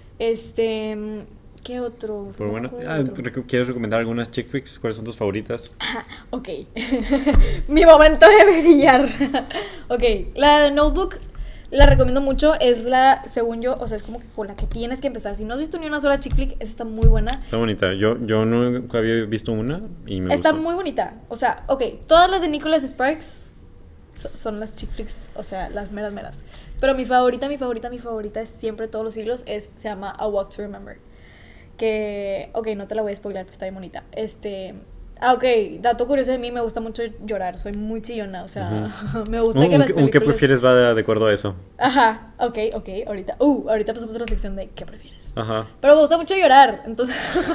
¿Qué otro? Pero bueno, ¿quieres recomendar algunas chick flicks? ¿Cuáles son tus favoritas? Ok. Mi momento de brillar. Ok, la de Notebook la recomiendo mucho. Es la, según yo, o sea, es como que con la que tienes que empezar. Si no has visto ni una sola chick flick, esa está muy buena. Está bonita. Yo nunca había visto una y me está gustó. Muy bonita. O sea, ok, todas las de Nicholas Sparks son las chick flicks, o sea, las meras. Pero mi favorita es siempre todos los siglos, se llama A Walk to Remember. Que, ok, no te la voy a spoiler, pero está bien bonita. Ok, dato curioso de mí, me gusta mucho llorar, soy muy chillona, o sea, me gusta que las películas... ¿Qué prefieres va de acuerdo a eso? Ajá, ok, ahorita pasamos a la sección de ¿qué prefieres? Ajá. Pero me gusta mucho llorar, entonces...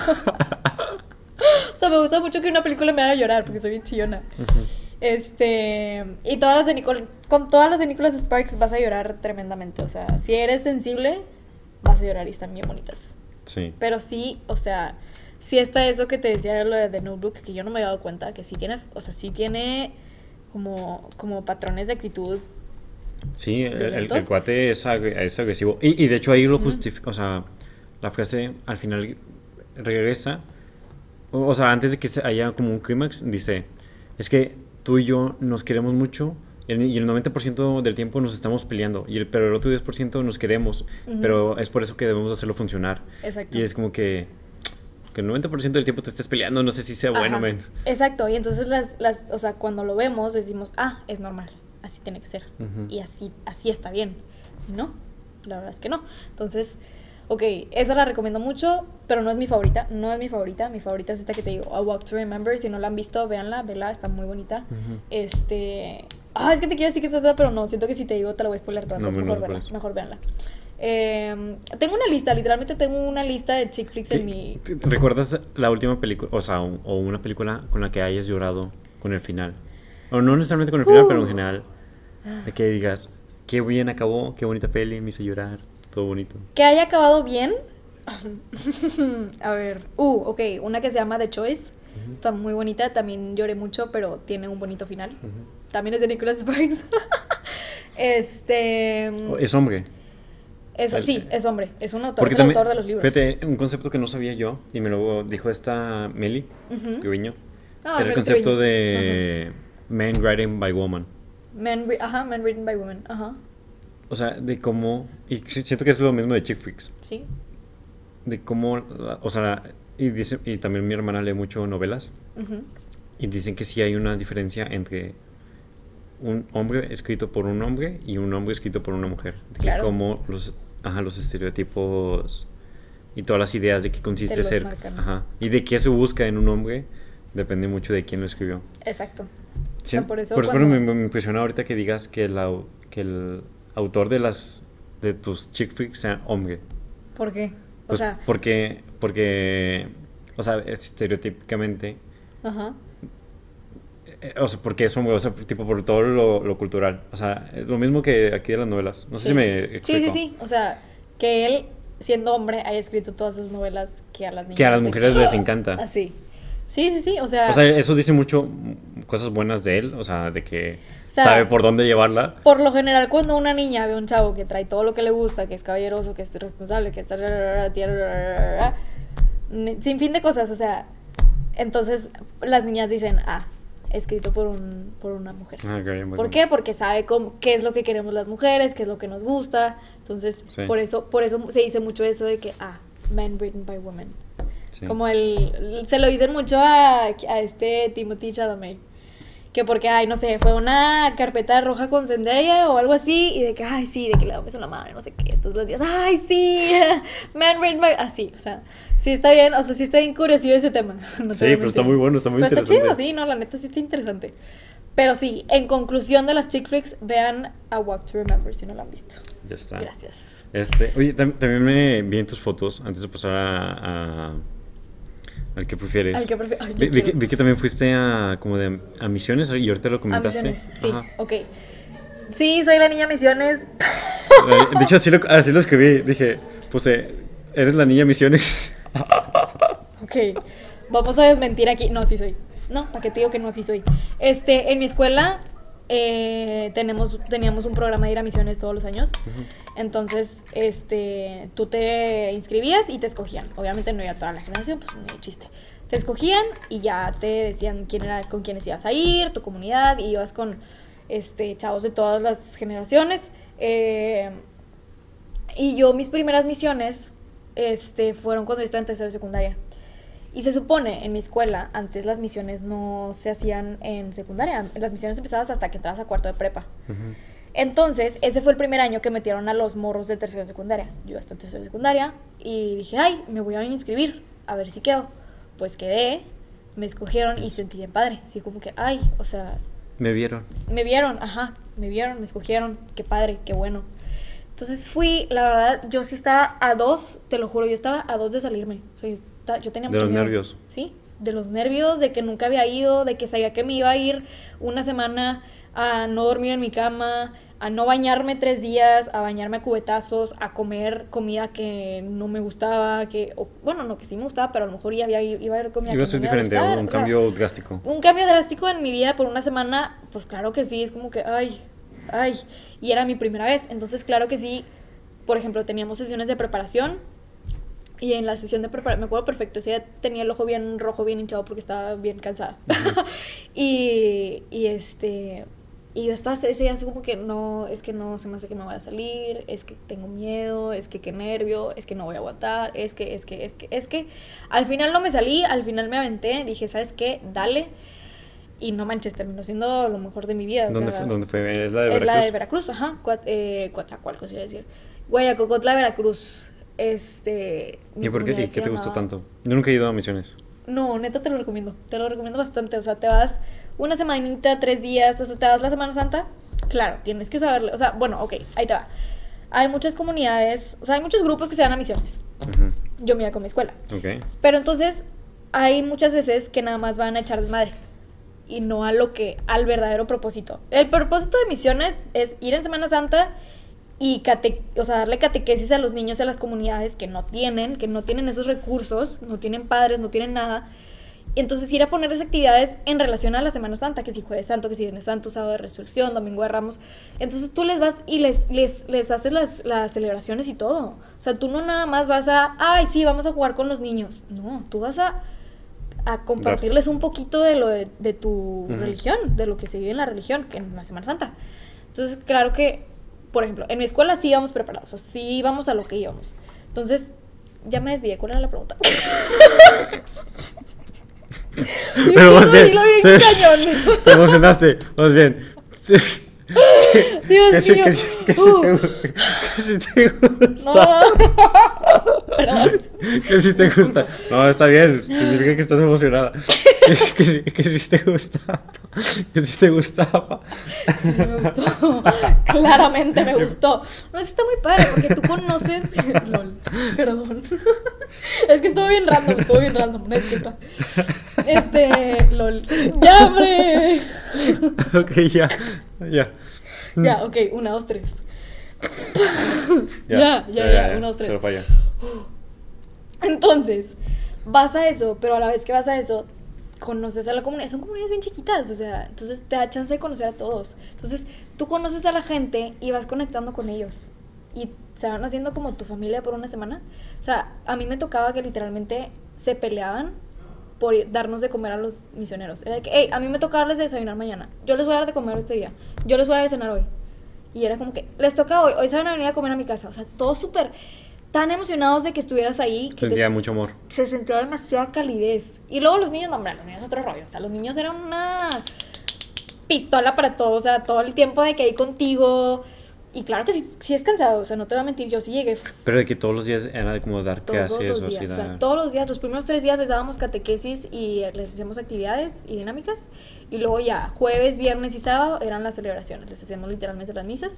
O sea, me gusta mucho que una película me haga llorar, porque soy bien chillona. Y con todas las de Nicholas Sparks vas a llorar tremendamente, o sea, si eres sensible, vas a llorar y están bien bonitas. Sí. Pero sí, o sea, sí está eso que te decía lo de The Notebook, que yo no me había dado cuenta, que sí tiene, o sea, sí tiene como patrones de actitud. Sí, el cuate es agresivo. Y de hecho ahí lo justifica, o sea, la frase al final regresa, o sea, antes de que haya como un clímax, dice, es que tú y yo nos queremos mucho y el 90% del tiempo nos estamos peleando, pero el otro 10% nos queremos, pero es por eso que debemos hacerlo funcionar. Exacto. Y es como que el 90% del tiempo te estés peleando, no sé si sea bueno, men. Exacto, y entonces o sea, cuando lo vemos decimos, es normal, así tiene que ser, y así está bien, y no, la verdad es que no. Entonces, ok, esa la recomiendo mucho, pero no es mi favorita, mi favorita es esta que te digo, A Walk to Remember. Si no la han visto, vela, está muy bonita. Es que te quiero decir que trata, pero no, siento que si te digo te la voy a spoiler toda, entonces mejor véanla. Tengo una lista, literalmente tengo una lista de chick flicks en mi... ¿Recuerdas la última película, o sea, o una película con la que hayas llorado con el final? O no necesariamente con el final, pero en general, de que digas, qué bien acabó, qué bonita peli, me hizo llorar, todo bonito. Que haya acabado bien. A ver, ok, una que se llama The Choice. Está muy bonita, también lloré mucho, pero tiene un bonito final. También es de Nicholas Sparks. ¿Es hombre? Sí, es hombre, es un autor, porque es el también, autor de los libros. Fíjate, un concepto que no sabía yo, y me lo dijo esta Meli, Guiño, era el concepto de man writing by woman. Man written by woman, O sea, de cómo, y siento que es lo mismo de chick flicks. Sí. De cómo, o sea, y también mi hermana lee mucho novelas, y dicen que sí hay una diferencia entre un hombre escrito por un hombre y un hombre escrito por una mujer. De que claro. cómo ajá, los estereotipos y todas las ideas de qué consiste los ser, marcan. ajá, y de qué se busca en un hombre, depende mucho de quién lo escribió. Exacto. Sí, O sea, por eso pero cuando- me impresiona ahorita que digas que que el autor de tus chick flicks sea hombre. ¿Por qué? O Pues sea, porque, o sea, estereotípicamente, ajá. o sea, porque es hombre, o sea, tipo por todo lo cultural. O sea, es lo mismo que aquí de las novelas. No sé si me explico. Sí, sí, sí. O sea, que él, siendo hombre, haya escrito todas esas novelas que a las niñas... Que a las de mujeres les encanta. Así. Sí, sí, sí. O sea, O sea, eso dice mucho cosas buenas de él, o sea, de que O sea, sabe por dónde llevarla. por lo general, cuando una niña ve a un chavo que trae todo lo que le gusta, que es caballeroso, que es responsable, que está... sin fin de cosas, o sea... Entonces, las niñas dicen, escrito por una mujer. Ah, ok, muy ¿Por bien. qué? Porque sabe qué es lo que queremos las mujeres, qué es lo que nos gusta. Entonces, Sí. por eso se dice mucho eso de que, men written by women. Sí. Como se lo dicen mucho a este Timothy Chalamet. Que porque, no sé, fue una carpeta roja con Zendaya o algo así. Y de que, sí, de que le da un beso en la mano, no sé qué. Todos los días, sí, men written by... Así, o sea, sí está bien, o sea, sí está bien curioso ese tema. No te Sí, voy a pero está mentir. muy bueno, está muy Pero interesante. está chido, sí, no, la neta sí está interesante. Pero sí, en conclusión de las chick flicks, vean A Walk to Remember si no la han visto. Ya está. Gracias. Oye, también me vi en tus fotos, antes de pasar al que prefieres. Al que prefiero. Ay, yo Vi quiero. que también fuiste a misiones y ahorita lo A comentaste. Misiones, sí, Ajá. ok. Sí, soy la niña Misiones. De hecho, así lo escribí. Dije, puse, ¿eres la niña misiones? Ok, vamos a desmentir aquí. No, sí soy. No, ¿para qué te digo que no, sí soy? En mi escuela teníamos un programa de ir a misiones todos los años. Entonces, tú te inscribías y te escogían. Obviamente no iba toda la generación, pues no hay chiste. Te escogían y ya te decían con quiénes ibas a ir, tu comunidad, y ibas con chavos de todas las generaciones. Y yo, mis primeras misiones fueron cuando yo estaba en tercero de secundaria. Y se supone, en mi escuela, antes las misiones no se hacían en secundaria. Las misiones empezabas hasta que entrabas a cuarto de prepa. Ujú. Entonces, ese fue el primer año que metieron a los morros de tercero de secundaria. Yo estaba en tercero de secundaria y dije, me voy a inscribir, a ver si quedo. Pues quedé, me escogieron y sentí bien padre. Así como que, o sea, Me vieron. me vieron, me escogieron, qué padre, qué bueno. Entonces fui, la verdad, yo sí estaba a 2, te lo juro, yo estaba a 2 de salirme. O sea, yo tenía De mucho los miedo. nervios. Sí, de los nervios, de que nunca había ido, de que sabía que me iba a ir una semana a no dormir en mi cama, a no bañarme 3 días, a bañarme a cubetazos, a comer comida que no me gustaba, que sí me gustaba, pero a lo mejor iba a haber comida Iba a que ser no me diferente, gustar, un o sea, cambio drástico. un cambio drástico en mi vida por una semana, pues claro que sí, es como que, y era mi primera vez, entonces claro que sí, por ejemplo, teníamos sesiones de preparación, y en la sesión de preparación, me acuerdo perfecto, ese día tenía el ojo bien rojo, bien hinchado porque estaba bien cansada, y yo estaba ese día así como que no, es que no se me hace que me vaya a salir, es que tengo miedo, es que qué nervio, es que no voy a aguantar, es que al final no me salí, al final me aventé, dije, ¿sabes qué? Dale. Y no manches, terminó siendo lo mejor de mi vida. ¿Dónde fue? ¿Es la de Es Veracruz? la de Veracruz, ajá. Coatzacoalcos, iba a decir. Guayacocotla, Veracruz. Mi ¿Y por qué? comunidad ¿Y qué se te gustó llamaba- tanto? Yo nunca he ido a misiones. No, neta te lo recomiendo bastante. O sea, te vas una semanita, 3 días, o sea, te vas la Semana Santa. Claro, tienes que saberle. O sea, bueno, ok, ahí te va. Hay muchas comunidades, o sea, hay muchos grupos que se van a misiones. Ujú. Yo me iba con mi escuela. Ok. Pero entonces hay muchas veces que nada más van a echar desmadre y no al verdadero propósito. El propósito de misiones es ir en Semana Santa y darle catequesis a los niños y a las comunidades que no tienen esos recursos, no tienen padres, no tienen nada. Entonces ir a ponerles actividades en relación a la Semana Santa, que si Jueves Santo, que si Viernes Santo, Sábado de Resurrección, Domingo de Ramos. Entonces tú les vas y les haces las celebraciones y todo. O sea, tú no nada más vas sí, vamos a jugar con los niños. No, tú vas a compartirles un poquito de tu religión, de lo que se vive en la religión, que en la Semana Santa. Entonces, claro que, por ejemplo, en mi escuela sí íbamos preparados, o sea, sí íbamos a lo que íbamos. Entonces, ya me desvié, ¿cuál era la pregunta? Pero más bien, Dilo bien cañón. te emocionaste, más bien. Dios mío. Que si te gusta. No. Perdón. Que si te gusta. No, está bien. Significa que estás emocionada. Que si te gustaba. Que si te gustaba. Sí, me gustó. Claramente me gustó. No, es que está muy padre porque tú conoces. Lol. Perdón. Es que estuvo bien random. Una disculpa. Lol. ¡Ya, hombre! Ok, ya. Ya, ok. 1, 2, 3. Ya. 1, 2, 3. Se lo falla. Entonces, vas a eso, pero a la vez que vas a eso, conoces a la comunidad. Son comunidades bien chiquitas, o sea, entonces te da chance de conocer a todos. Entonces, tú conoces a la gente y vas conectando con ellos. Y se van haciendo como tu familia por una semana. O sea, a mí me tocaba que literalmente se peleaban por darnos de comer a los misioneros. Era de que, hey, a mí me toca darles de desayunar mañana. Yo les voy a dar de comer este día. Yo les voy a dar de cenar hoy. Y era como que, les toca hoy se van a venir a comer a mi casa. O sea, todos súper tan emocionados de que estuvieras ahí. Que sentía mucho amor. Se sentía demasiada calidez. Y luego los niños, no, hombre, los niños es otro rollo. O sea, los niños eran una pistola para todo. O sea, todo el tiempo de que hay contigo. Y claro que sí es cansado. O sea, no te voy a mentir, yo sí llegué. Pero de que todos los días era de como dar clases o así. O sea, todos los días, los primeros 3 días les dábamos catequesis y les hacíamos actividades y dinámicas. Y luego ya, jueves, viernes y sábado eran las celebraciones. Les hacíamos literalmente las misas.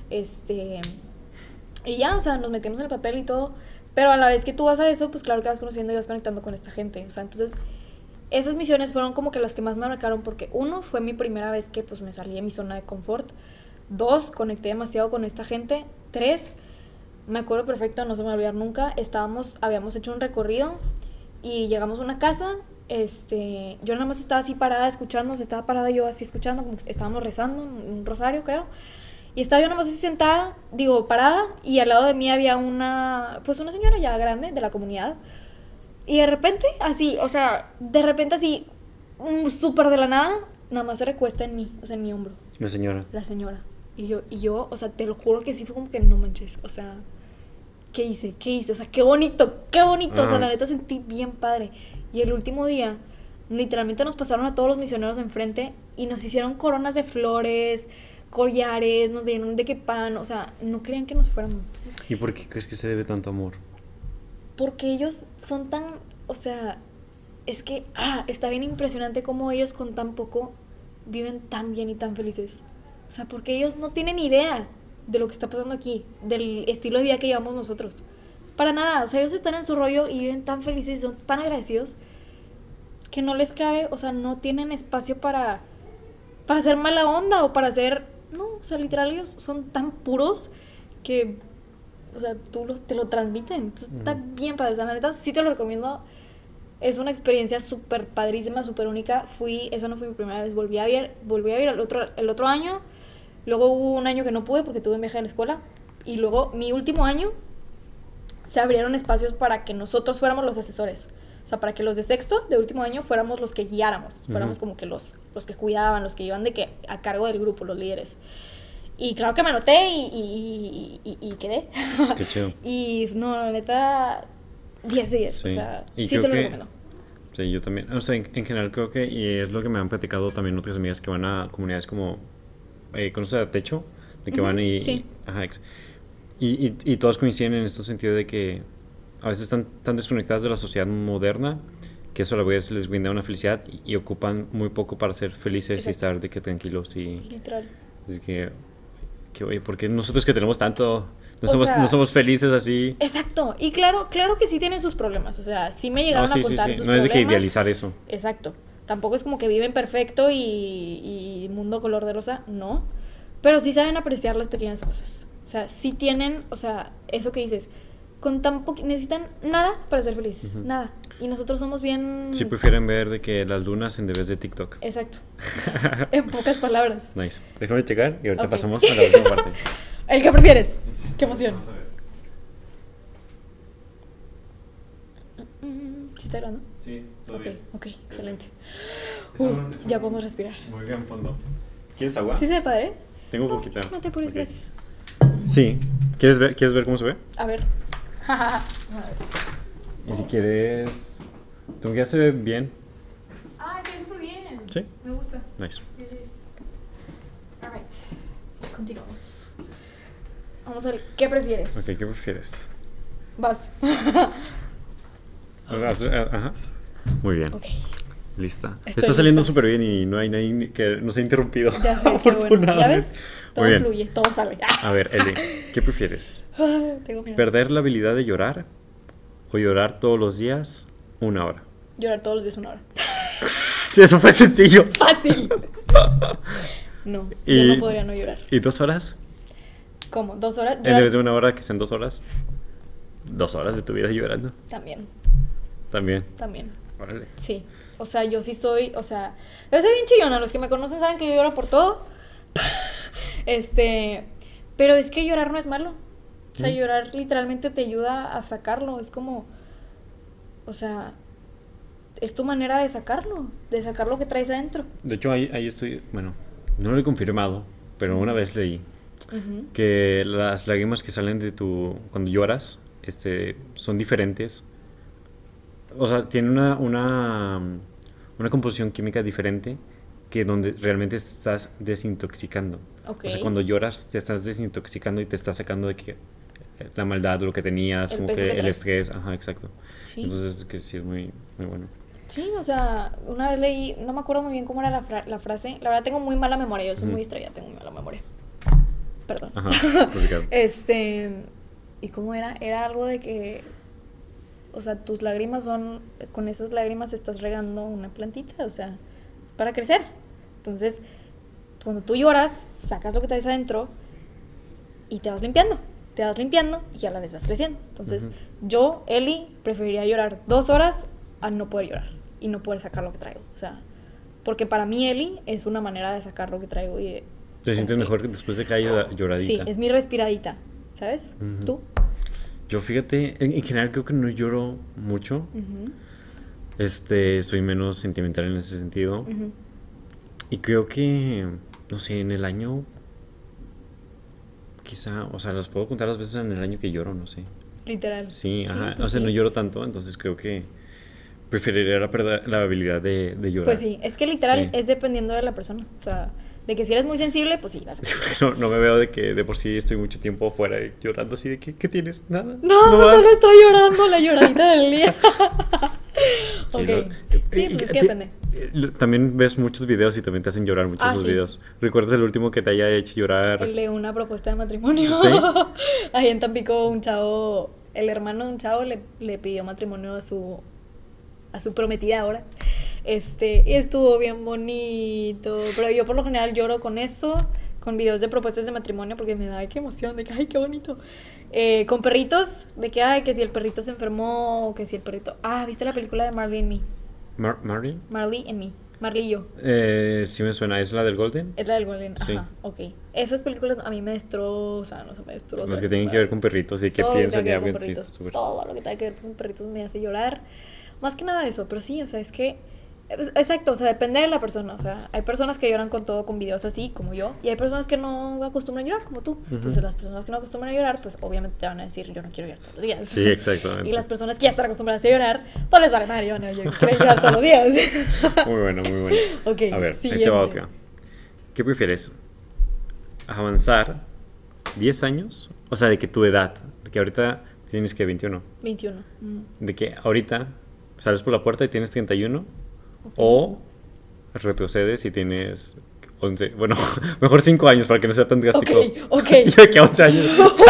Y ya, o sea, nos metimos en el papel y todo. Pero a la vez que tú vas a eso, pues claro que vas conociendo y vas conectando con esta gente. O sea, entonces, esas misiones fueron como que las que más me marcaron porque 1, fue mi primera vez que pues me salí de mi zona de confort. 2, conecté demasiado con esta gente. 3, me acuerdo perfecto, no se me va a olvidar nunca. Habíamos hecho un recorrido y llegamos a una casa. Yo nada más estaba así parada escuchando, estaba parada yo así escuchando, como que estábamos rezando, un rosario creo. Y estaba yo nada más así sentada, parada, y al lado de mí había una señora ya grande de la comunidad. Y de repente, así, súper de la nada más se recuesta en mí, o sea, en mi hombro. La señora. Y yo, o sea, te lo juro que sí fue como que no manches, o sea, ¿qué hice? O sea, qué bonito, o sea, la neta sentí bien padre. Y el último día, literalmente nos pasaron a todos los misioneros enfrente y nos hicieron coronas de flores, collares, nos dieron de qué pan, o sea, no querían que nos fuéramos. Entonces, ¿y por qué crees que se debe tanto amor? Porque ellos son tan, o sea, es que, está bien impresionante cómo ellos con tan poco viven tan bien y tan felices. O sea, porque ellos no tienen idea de lo que está pasando aquí, del estilo de vida que llevamos nosotros. Para nada, o sea, ellos están en su rollo y viven tan felices y son tan agradecidos que no les cabe, o sea, no tienen espacio para hacer mala onda o para hacer... No, o sea, literal, ellos son tan puros que, o sea, te lo transmiten. Entonces, está bien padre. O sea, la neta, sí te lo recomiendo. Es una experiencia súper padrísima, súper única. Esa no fue mi primera vez. Volví a ir el otro año. Luego hubo un año que no pude porque tuve un viaje de la escuela. Y luego, mi último año, se abrieron espacios para que nosotros fuéramos los asesores. O sea, para que los de sexto, de último año, fuéramos los que guiáramos. Fuéramos como que los que cuidaban, los que iban a cargo del grupo, los líderes. Y claro que me anoté y quedé. Qué chido. Y no, la neta, 10 de 10. Sí. O sea, sí te lo recomiendo. Sí, yo también. O sea, en general creo que, y es lo que me han platicado también otras amigas que van a comunidades como, ¿conoces a Techo? De que van y... Sí. Y todos coinciden en este sentido de que a veces están tan desconectadas de la sociedad moderna que eso a la vez les brinda una felicidad y ocupan muy poco para ser felices. Exacto. Y estar de que tranquilos y... Literal. Es que oye, ¿por qué nosotros que tenemos tanto no somos felices así? Exacto. Y claro que sí tienen sus problemas. O sea, sí me llegaron a contar sus problemas. No es de que idealizar eso. Exacto. Tampoco es como que viven perfecto y mundo color de rosa. No. Pero sí saben apreciar las pequeñas cosas. O sea, sí tienen, o sea, eso que dices, con tan necesitan nada para ser felices. Nada. Y nosotros somos bien... Sí prefieren ver de que las lunas en vez de TikTok. Exacto. En pocas palabras. Nice. Déjame checar y ahorita pasamos a la última parte. ¿El que prefieres? ¡Qué emoción! ¿Sí está grabando? Sí, todo bien. Ok, excelente. Ya podemos respirar. Muy bien, fondo. ¿Quieres agua? ¿Sí se ve padre? Tengo poquita. No te apures, gracias. Sí. ¿Quieres ver cómo se ve? A ver. Y si quieres... ¿Tu maquillaje se ve bien? Se ve súper bien. ¿Sí? Me gusta. Nice. Alright. Continuamos. Vamos a ver, ¿qué prefieres? Ok, ¿qué prefieres? Vas. Ajá. Muy bien. Ok. Lista. Estoy Está saliendo lista. súper bien y no hay nadie que nos ha interrumpido. Ya sé, qué bueno. ¿Ya ves? Afortunadamente. Todo Muy bien. fluye, todo sale. A ver, Eli, ¿qué prefieres? Tengo miedo. ¿Perder la habilidad de llorar o llorar todos los días 1 hora? Llorar todos los días 1 hora. Sí, eso fue sencillo. Fácil. No, Y- yo no podría no llorar. ¿Y 2 horas? ¿Cómo? 2 horas. En Llorar vez de 1 hora, que sean 2 horas. 2 horas de tu vida llorando. también, También. también. Órale. Sí. O sea, yo sí soy, o sea, yo soy bien chillona. Los que me conocen saben que yo lloro por todo. Pero es que llorar no es malo. O sea, llorar literalmente te ayuda a sacarlo. Es como, o sea, es tu manera de sacarlo, de sacar lo que traes adentro. De hecho, ahí estoy. Bueno, no lo he confirmado, pero una vez leí Ujú. que las lágrimas que salen de cuando lloras, son diferentes. O sea, tienen una composición química diferente que donde realmente estás desintoxicando. Ok. O sea, cuando lloras te estás desintoxicando y te estás sacando de que la maldad, lo que tenías, El como peso que que el traes. estrés, ajá, exacto. Sí. Entonces, que sí es muy, muy bueno. Sí, o sea, una vez leí, no me acuerdo muy bien cómo era la frase. La verdad tengo muy mala memoria, yo soy muy distraída, tengo muy mala memoria. Perdón. Ajá, complicado. ¿Y cómo era? Era algo de que, o sea, tus lágrimas con esas lágrimas estás regando una plantita, o sea, es para crecer. Entonces, cuando tú lloras, sacas lo que traes adentro y te vas limpiando y a la vez vas creciendo. Entonces, yo, Eli, preferiría llorar 2 horas a no poder llorar y no poder sacar lo que traigo. O sea, porque para mí Eli es una manera de sacar lo que traigo y ¿Te sientes como mejor que después de que haya sí, lloradita? es mi respiradita, ¿sabes? Ujú. ¿Tú? Yo, fíjate, en general creo que no lloro mucho. Ujú, Soy menos sentimental en ese sentido. ujú. Y creo que, no sé, en el año, quizá, o sea, las puedo contar las veces en el año que lloro, no sé. Literal. Sí, ajá. pues O sea, sí. no lloro tanto, entonces creo que preferiría la habilidad de llorar. Pues sí, es que literal Sí. es dependiendo de la persona. O sea, de que si eres muy sensible, pues sí, vas a... Sí, porque no me veo de que de por sí estoy mucho tiempo afuera llorando así de que, ¿qué tienes? Nada. No, vas. solo estoy llorando la lloradita del día. Sí, Ok. no. Sí, pues es que depende. También ves muchos videos y también te hacen llorar muchos esos sí. videos. ¿Recuerdas el último que te haya hecho llorar? El de una propuesta de matrimonio. ¿Sí? Ahí en Tampico un chavo, el hermano de un chavo le pidió matrimonio a su prometida ahora. Y estuvo bien bonito. Pero yo por lo general lloro con eso, con videos de propuestas de matrimonio, porque me da ay, qué emoción, de que ay, qué bonito. Con perritos, de que ay, que si el perrito se enfermó, o que si el perrito. ¿Viste la película de Marley and Me? ¿Marley? Marley and Me. Marley y yo. Sí me suena. ¿Es la del Golden? Es la del Golden. Sí. Ajá, ok. Esas películas a mí me destrozan, o sea, me destrozan. Las que tienen que ver con perritos y que Todo lo que piensan tenga ya que ver con bien. Sí, perritos. está súper. Todo lo que tenga que ver con perritos me hace llorar. Más que nada eso, pero sí, o sea, es que... Exacto, o sea, depende de la persona. O sea, hay personas que lloran con todo, con videos así, como yo. Y hay personas que no acostumbran a llorar, como tú. Entonces, las personas que no acostumbran a llorar, pues obviamente te van a decir, yo no quiero llorar todos los días. Sí, exactamente. Y las personas que ya están acostumbradas a llorar, pues les vale madre, yo no quiero llorar todos los días. Muy bueno, muy bueno. Ok, A ver, ahí te siguiente. va otra. ¿Qué prefieres? ¿Avanzar 10 años? O sea, de que tu edad, de que ahorita tienes que 21. 21. De que ahorita sales por la puerta y tienes 31. O retrocedes y tienes 11. Bueno, mejor 5 años para que no sea tan drástico. Ok. Yo de que 11 años.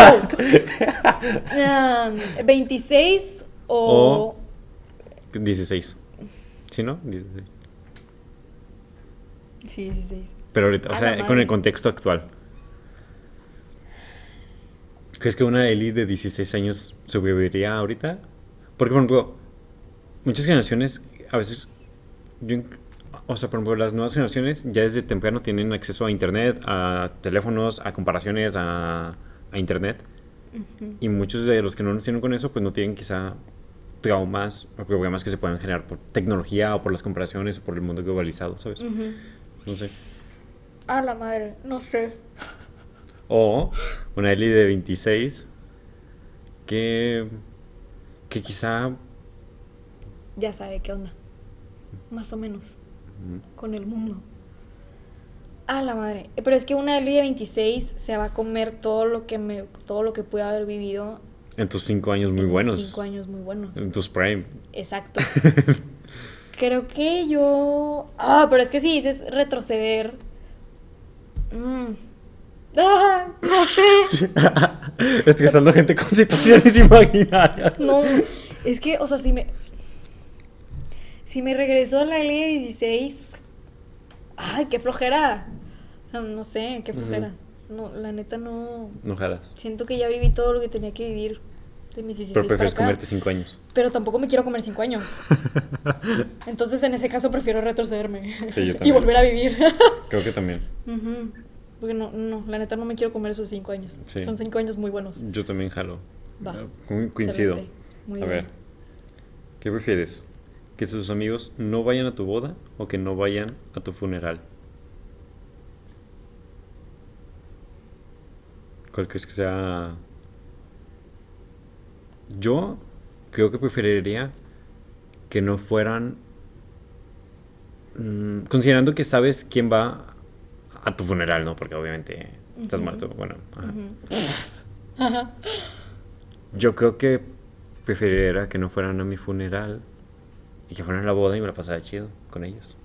26 o... 16. ¿Sí, no? 16. Sí, 16. Pero ahorita, o A sea, la con madre. el contexto actual. ¿Crees que una Eli de 16 años sobreviviría ahorita? Porque, por ejemplo, muchas generaciones, a veces, o sea, por ejemplo, las nuevas generaciones ya desde temprano tienen acceso a internet, a teléfonos, a comparaciones, a internet. Y muchos de los que no nacieron con eso, pues no tienen quizá traumas o problemas que se puedan generar por tecnología o por las comparaciones o por el mundo globalizado, ¿sabes? No sé. A la madre, no sé. O una Eli de 26 que quizá Ya sabe qué onda. Más o menos. Con el mundo. A la madre. Pero es que una Eli de 26 se va a comer todo lo que pude haber vivido. En tus 5 años muy buenos. 5 años muy buenos. En tus prime. Exacto. Creo que yo... pero es que si dices retroceder... no sé. Estoy usando gente con situaciones imaginarias. No, es que, o sea, si me regresó a la Eli de 16... Ay, qué flojera. O sea, no sé, qué flojera. No, la neta no... No jalas. Siento que ya viví todo lo que tenía que vivir de mis 16 Pero prefieres para acá. comerte 5 años. Pero tampoco me quiero comer 5 años. Entonces, en ese caso, prefiero retrocederme. Sí, yo y también. volver a vivir. Creo que también. Porque no, la neta no me quiero comer esos 5 años. Sí. Son 5 años muy buenos. Yo también jalo. Va. Coincido. Excelente. Muy A bien. ver, ¿qué prefieres? ¿Que tus amigos no vayan a tu boda o que no vayan a tu funeral? ¿Cuál crees que sea? Yo creo que preferiría que no fueran... considerando que sabes quién va a tu funeral, ¿no? Porque obviamente estás muerto. Bueno, ajá. Yo creo que preferiría que no fueran a mi funeral y que fueran a la boda y me la pasara chido con ellos.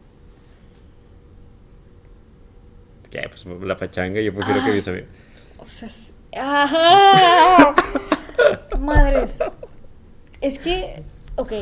¿Qué? Pues la pachanga, yo prefiero que mis amigos... O sea, ¡ajá! Madres. Es que, ok.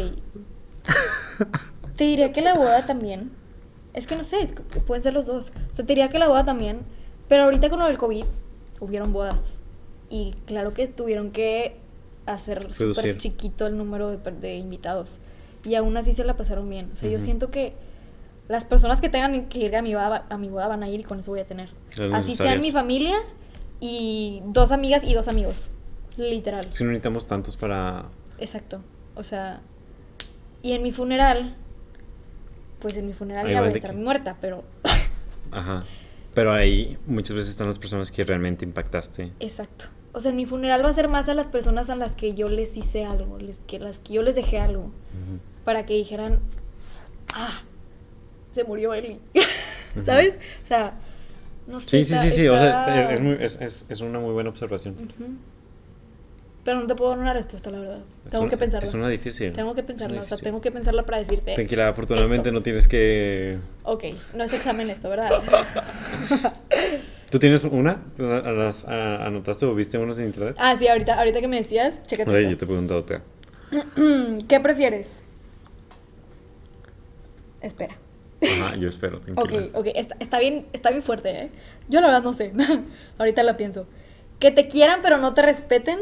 Te diría que la boda también. Es que no sé, pueden ser los dos. O sea, te diría que la boda también. Pero ahorita con lo del COVID, hubieron bodas. Y claro que tuvieron que hacer súper chiquito el número de invitados. Y aún así se la pasaron bien. O sea, yo siento que las personas que tengan que ir a mi boda van a ir y con eso voy a tener. Así sean mi familia y 2 amigas y 2 amigos. Literal. Es que no necesitamos tantos para... Exacto. O sea, y en mi funeral, pues en mi funeral Ahí ya va voy a de estar que- muerta, pero... Ajá. Pero ahí muchas veces están las personas que realmente impactaste. Exacto. O sea, en mi funeral va a ser más a las personas a las que yo les hice algo, las que yo les dejé algo, para que dijeran, se murió Eli. ¿Sabes? O sea, no sé. Sí. O sea, es una muy buena observación. Pero no te puedo dar una respuesta, la verdad. Tengo que pensarla. Es una difícil. Tengo que pensarla, Es una o sea, difícil. tengo que pensarla para decirte. Tranquila, afortunadamente esto. no tienes que... Ok, no es examen esto, ¿verdad? ¿Tú tienes una? ¿Anotaste o viste unos en internet? Sí, ahorita que me decías, chécate Oye, esto. yo te pregunto otra. ¿Qué prefieres? Espera. Ajá, yo espero, tranquila. Ok, está bien fuerte, ¿eh? Yo la verdad no sé. Ahorita la pienso. ¿Que te quieran pero no te respeten?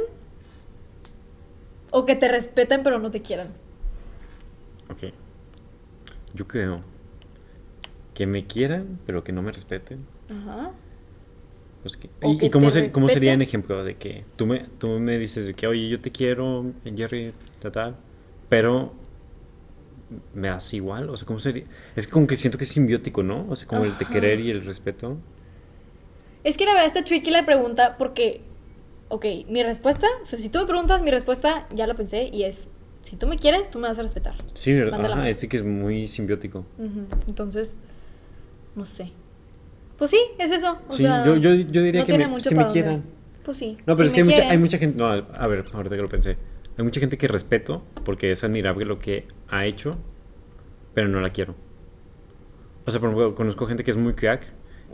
¿O que te respeten pero no te quieran? Ok. Yo creo que me quieran, pero que no me respeten. Ajá. Pues O ¿y que cómo, te cómo sería en respeten. ejemplo de que tú me dices de que, oye, yo te quiero, Jerry, tal, pero me das igual? O sea, ¿cómo sería? Es que como que siento que es simbiótico, ¿no? O sea, como el de Ajá. querer y el respeto. Es que la verdad está tricky la pregunta porque, ok, mi respuesta, o sea, si tú me preguntas, mi respuesta ya la pensé y es, si tú me quieres, tú me vas a respetar. Sí, Van de la ajá, mano. es que es muy simbiótico. Entonces, no sé. Pues sí, es eso. O Sí, sea, yo diría no que, tiene me, mucho que me pa' dónde. quieran. Pues sí. No, pero si es que me hay quieren. mucha gente, no, a ver, ahorita que lo pensé, hay mucha gente que respeto porque es admirable lo que ha hecho, pero no la quiero. O sea, por ejemplo, conozco gente que es muy crack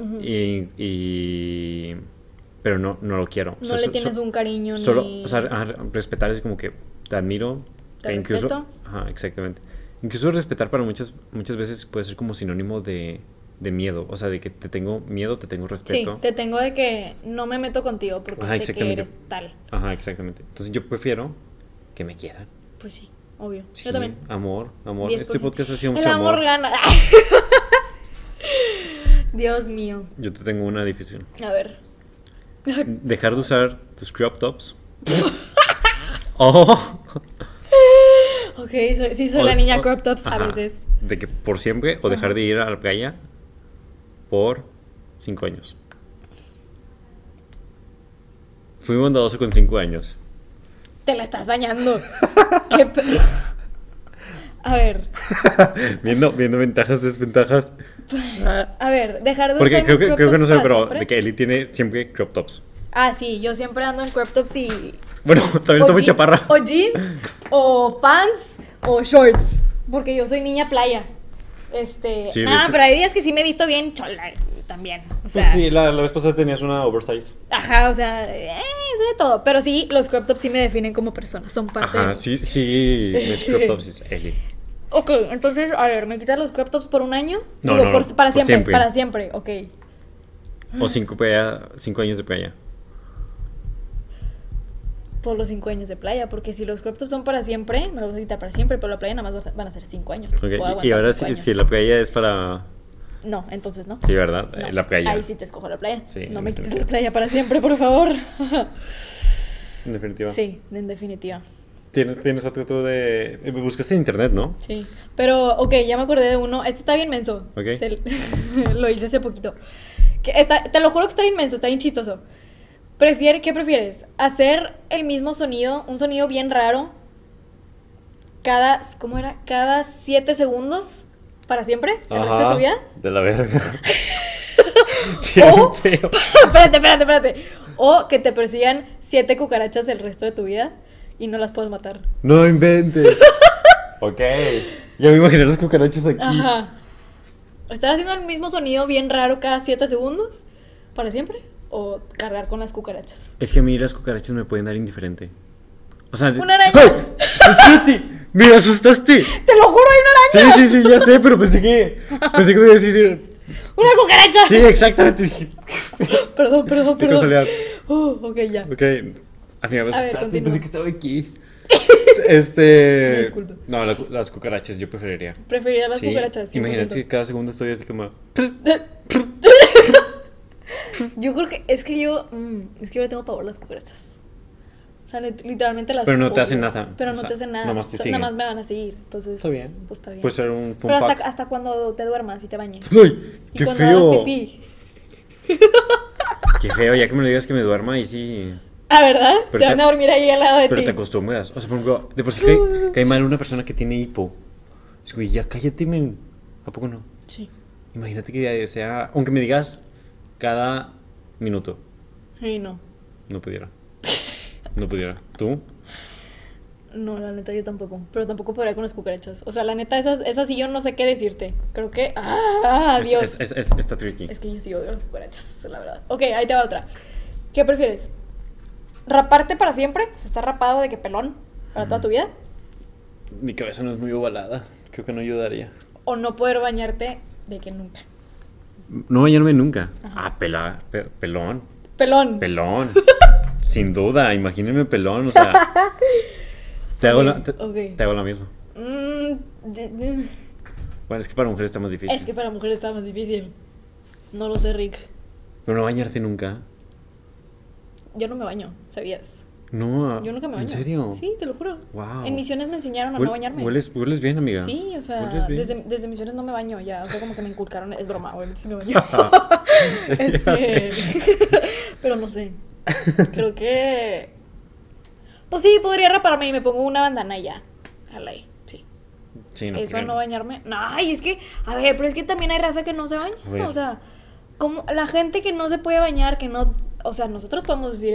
pero no lo quiero. O No sea, le tienes un cariño solo, ni... o sea, respetar es como que te admiro, Te incluso, respeto. ajá, exactamente. Incluso respetar para muchas veces puede ser como sinónimo de miedo, o sea, de que te tengo miedo, te tengo Sí, respeto. te tengo de que no me meto contigo porque Ajá, sé que exactamente. eres tal. Ajá, exactamente. Entonces yo prefiero que me quieran. Pues sí, obvio. Sí, Yo también. amor. 10%. Este podcast ha sido El mucho amor amor. gana. Dios mío. Yo te tengo una difícil. A ver. Dejar de usar tus crop tops. Oh. Ok, sí soy O- la niña o- crop tops a ajá, veces. De que por siempre o dejar de ir a la playa por 5 años. Fui bondadoso con 5 años. Te la estás bañando. A ver. Viendo ventajas, desventajas. A ver, dejar de Porque usar mis crop creo que no tops sé, para pero siempre. de que Eli tiene siempre crop tops. Ah, sí, yo siempre ando en crop tops y... Bueno, también está muy chaparra. O jeans, o pants, o shorts. Porque yo soy niña playa. Sí, de hecho. Pero hay días que sí me he visto bien chola también. O sea, Pues sí, la vez pasada tenías una oversize. Ajá, o sea, eso de todo. Pero sí, los crop tops sí me definen como persona. Son parte de Ajá, mí. sí, mis crop tops es Eli. Ok, entonces, a ver, ¿me quitas los crop tops por un año? No, Digo, no, para por siempre, siempre. para siempre, ok. O 5 años de playa. Por los 5 años de playa, porque si los crop tops son para siempre, me los vas a quitar para siempre, pero la playa nada más van a ser 5 años. Ok, Puedo aguantar y ahora 5 años. si la playa es para... No, entonces no. Sí, ¿verdad? No. La playa. Ahí sí te escojo la playa. Sí, No me en quites la playa para siempre, por favor. En definitiva. Sí, en definitiva. Tienes otro tú de... Buscaste en internet, ¿no? Sí. Pero, ok, ya me acordé de uno. Este está bien menso. Ok. Lo hice hace poquito. Te lo juro que está bien menso, está bien chistoso. ¿Qué prefieres? ¿Hacer el mismo sonido, un sonido bien raro, ¿cómo era? Cada 7 segundos para siempre? ¿El resto de tu vida? De la verga. O- Bien feo. Espérate. O que te persigan 7 cucarachas el resto de tu vida y no las puedes matar. No inventes. Ok. Ya me imaginé las cucarachas aquí. Ajá. ¿Estar haciendo el mismo sonido bien raro cada 7 segundos para siempre? ¿O cargar con las cucarachas? Es que a mí las cucarachas me pueden dar indiferente. O sea... ¡Una araña! ¡Ay! ¡Espérate! ¡Me asustaste! ¡Te lo juro, hay una araña! Sí, ya sé, pero pensé que me ibas a decir... ¡Una cucaracha! Sí, exactamente. Dije, Perdón. qué casualidad. Ok, ya. Ok. Amiga, me A ver, asustaste. continúa. Pensé que estaba aquí. Me disculpo. No, las cucarachas yo preferiría. Preferiría las Sí, cucarachas. 100%. imagínate que cada segundo estoy así como... Yo creo que es que yo le tengo pavor a las cucarachas. O sea, literalmente las Pero no te odio. hacen nada. Pero O no sea, te hacen nada. nomás te O sea, siguen. nada más me van a seguir. Entonces, Está bien. pues está bien. Puede ser un fun Pero fact. hasta cuando te duermas y te bañes. ¡Ay! Y ¡Qué cuando hagas feo! pipí. Qué feo, ya que me lo digas que me duerma y sí... Ah, ¿verdad? Pero Se van a dormir ahí al lado de Pero ti. te acostumbras. O sea, por ejemplo, de por sí cae mal una persona que tiene hipo. Es güey, ya cállate, men. ¿A poco no? Sí. Imagínate que sea... Aunque me digas cada minuto. Ay, no. No pudiera. No pudiera. ¿Tú? No, la neta yo tampoco. Pero tampoco podría con las cucarachas. O sea, la neta, esas sí yo no sé qué decirte. Creo que... ¡Ah, Dios! Está tricky. Es que yo sí odio las cucarachas, la verdad. Ok, ahí te va otra. ¿Qué prefieres? ¿Raparte para siempre? O sea, ¿estar rapado de que pelón para toda tu vida? Mi cabeza no es muy ovalada. Creo que no ayudaría. ¿O no poder bañarte de que nunca? No bañarme nunca. Ajá. Pelón. Pelón. Pelón. Sin duda, imagínenme pelón. O sea, te hago Ok. te hago la misma. Mm, Bueno, es que para mujeres está más difícil. es que para mujeres está más difícil. No lo sé, Rick. Pero no bañarte nunca. Yo no me baño, ¿sabías? No, Yo nunca me baño. ¿En serio? Sí, te lo juro. Wow. En misiones me enseñaron a no bañarme. Hueles bien, amiga. Sí, o sea, Hueles bien. desde misiones no me baño ya. O sea, como que me inculcaron. Es broma, obviamente sí me baño. Ya sé. Pero no sé. Creo que. Pues sí, podría raparme y me pongo una bandana y ya. Jala ahí, sí. Sí, no, Eso porque- no bañarme. No, ay, es que. A ver, pero es que también hay raza que no se baña. A ver. O sea, como la gente que no se puede bañar, que no. O sea, nosotros podemos decir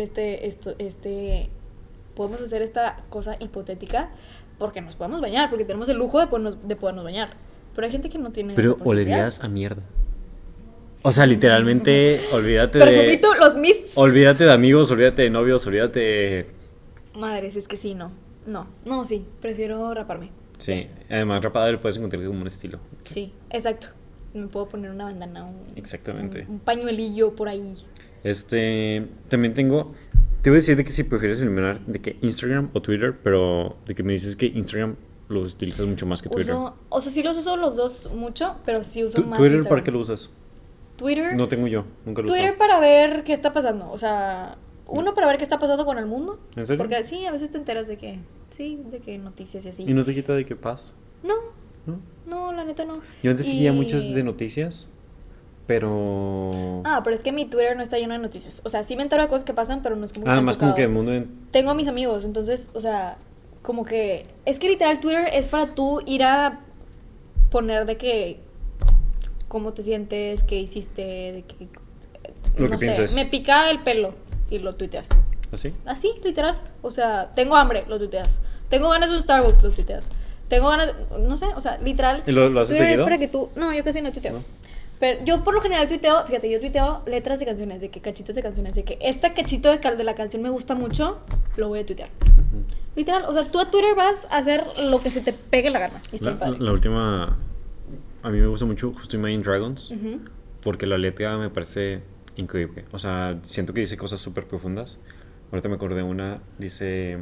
podemos hacer esta cosa hipotética porque nos podemos bañar, porque tenemos el lujo de podernos bañar. Pero hay gente que no tiene. Pero esa posibilidad. olerías a mierda. O sea, literalmente, Perfumito, los mists. olvídate de amigos, olvídate de novios, olvídate de... Madres, es que sí, no. No, sí. Prefiero raparme. Sí, además rapada le puedes encontrar como un estilo. Sí, exacto. Me puedo poner una bandana, Exactamente. un pañuelillo por ahí. También tengo... Te voy a decir de que si prefieres eliminar de que Instagram o Twitter, pero de que me dices que Instagram los utilizas mucho más que Twitter. O sea, sí los uso los dos mucho, pero sí uso más ¿Twitter Instagram. para qué lo usas? Twitter. No tengo yo, nunca lo Twitter uso. para ver qué está pasando. O sea, uno para ver qué está pasando con el mundo. ¿En serio? Porque sí, a veces te enteras de que. Sí, de que noticias y así. ¿Y no te quita de que paz? No, ¿No? la neta no. Yo antes seguía Y- muchas de noticias, pero... Pero es que mi Twitter no está lleno de noticias. O sea, sí me entero de cosas que pasan, pero no es como que esté más como enfocado. que el mundo... Tengo a mis amigos, entonces, o sea, como que... Es que literal Twitter es para tú ir a poner de que... cómo te sientes, qué hiciste, Lo no que sé, piensas. me pica el pelo y lo tuiteas. ¿Así? Así, literal. O sea, tengo hambre, lo tuiteas. Tengo ganas de un Starbucks, lo tuiteas. Tengo ganas, no sé, o sea, literal. ¿Y lo haces Twitter es seguido? para que tú, no, yo casi no tuiteo. ¿No? Pero yo por lo general tuiteo, fíjate, yo tuiteo letras de canciones, de que cachitos de canciones, de que este cachito de la canción me gusta mucho, lo voy a tuitear. Literal, o sea, tú a Twitter vas a hacer lo que se te pegue la gana. Y está bien padre. La última, a mí me gusta mucho justo Imagine Dragons, Ujú. porque la letra me parece increíble. O sea, siento que dice cosas súper profundas. Ahorita me acordé de una, dice,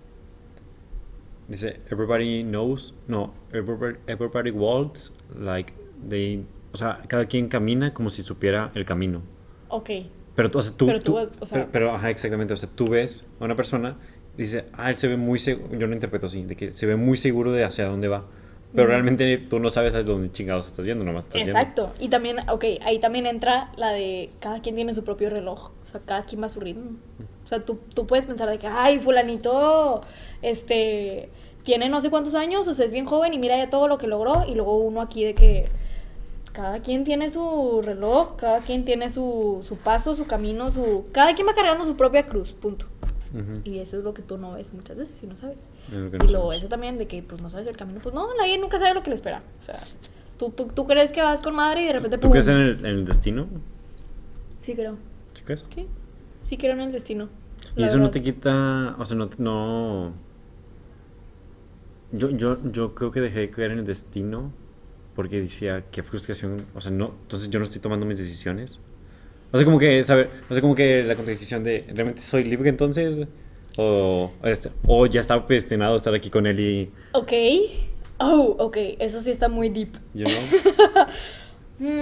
everybody knows, no, everybody walks like they, o sea, cada quien camina como si supiera el camino. Ok. Pero, o sea, tú vas, o sea, pero, ajá, exactamente, o sea, tú ves a una persona y dice, él se ve muy seguro, yo lo interpreto así, de que se ve muy seguro de hacia dónde va, pero realmente tú no sabes a dónde chingados estás yendo, nomás estás exacto. Y también, ok, ahí también entra la de cada quien tiene su propio reloj. O sea, cada quien va a su ritmo. O sea, tú puedes pensar de que, ay, fulanito, tiene no sé cuántos años, o sea, es bien joven y mira ya todo lo que logró. Y luego uno aquí de que cada quien tiene su reloj, cada quien tiene su paso, su camino, cada quien va cargando su propia cruz, punto. Ujú. Y eso es lo que tú no ves muchas veces y no sabes. Es lo que Y no luego sabes. eso también de que pues no sabes el camino, pues no, nadie nunca sabe lo que le espera. O sea, tú crees que vas con madre y de repente ¿Tú crees en el destino? Sí creo. ¿Sí crees? Sí creo en el destino. Y la eso no verdad. te quita, o sea, no. Yo creo que dejé de creer en el destino porque decía, qué frustración, o sea, no, entonces yo no estoy tomando mis decisiones. O sea, como que, ¿sabes? O sea, como que la contradicción de, ¿realmente soy libre entonces? O ya estaba predestinado a estar aquí con él y, Ok. Oh, ok. Eso sí está muy deep. you know?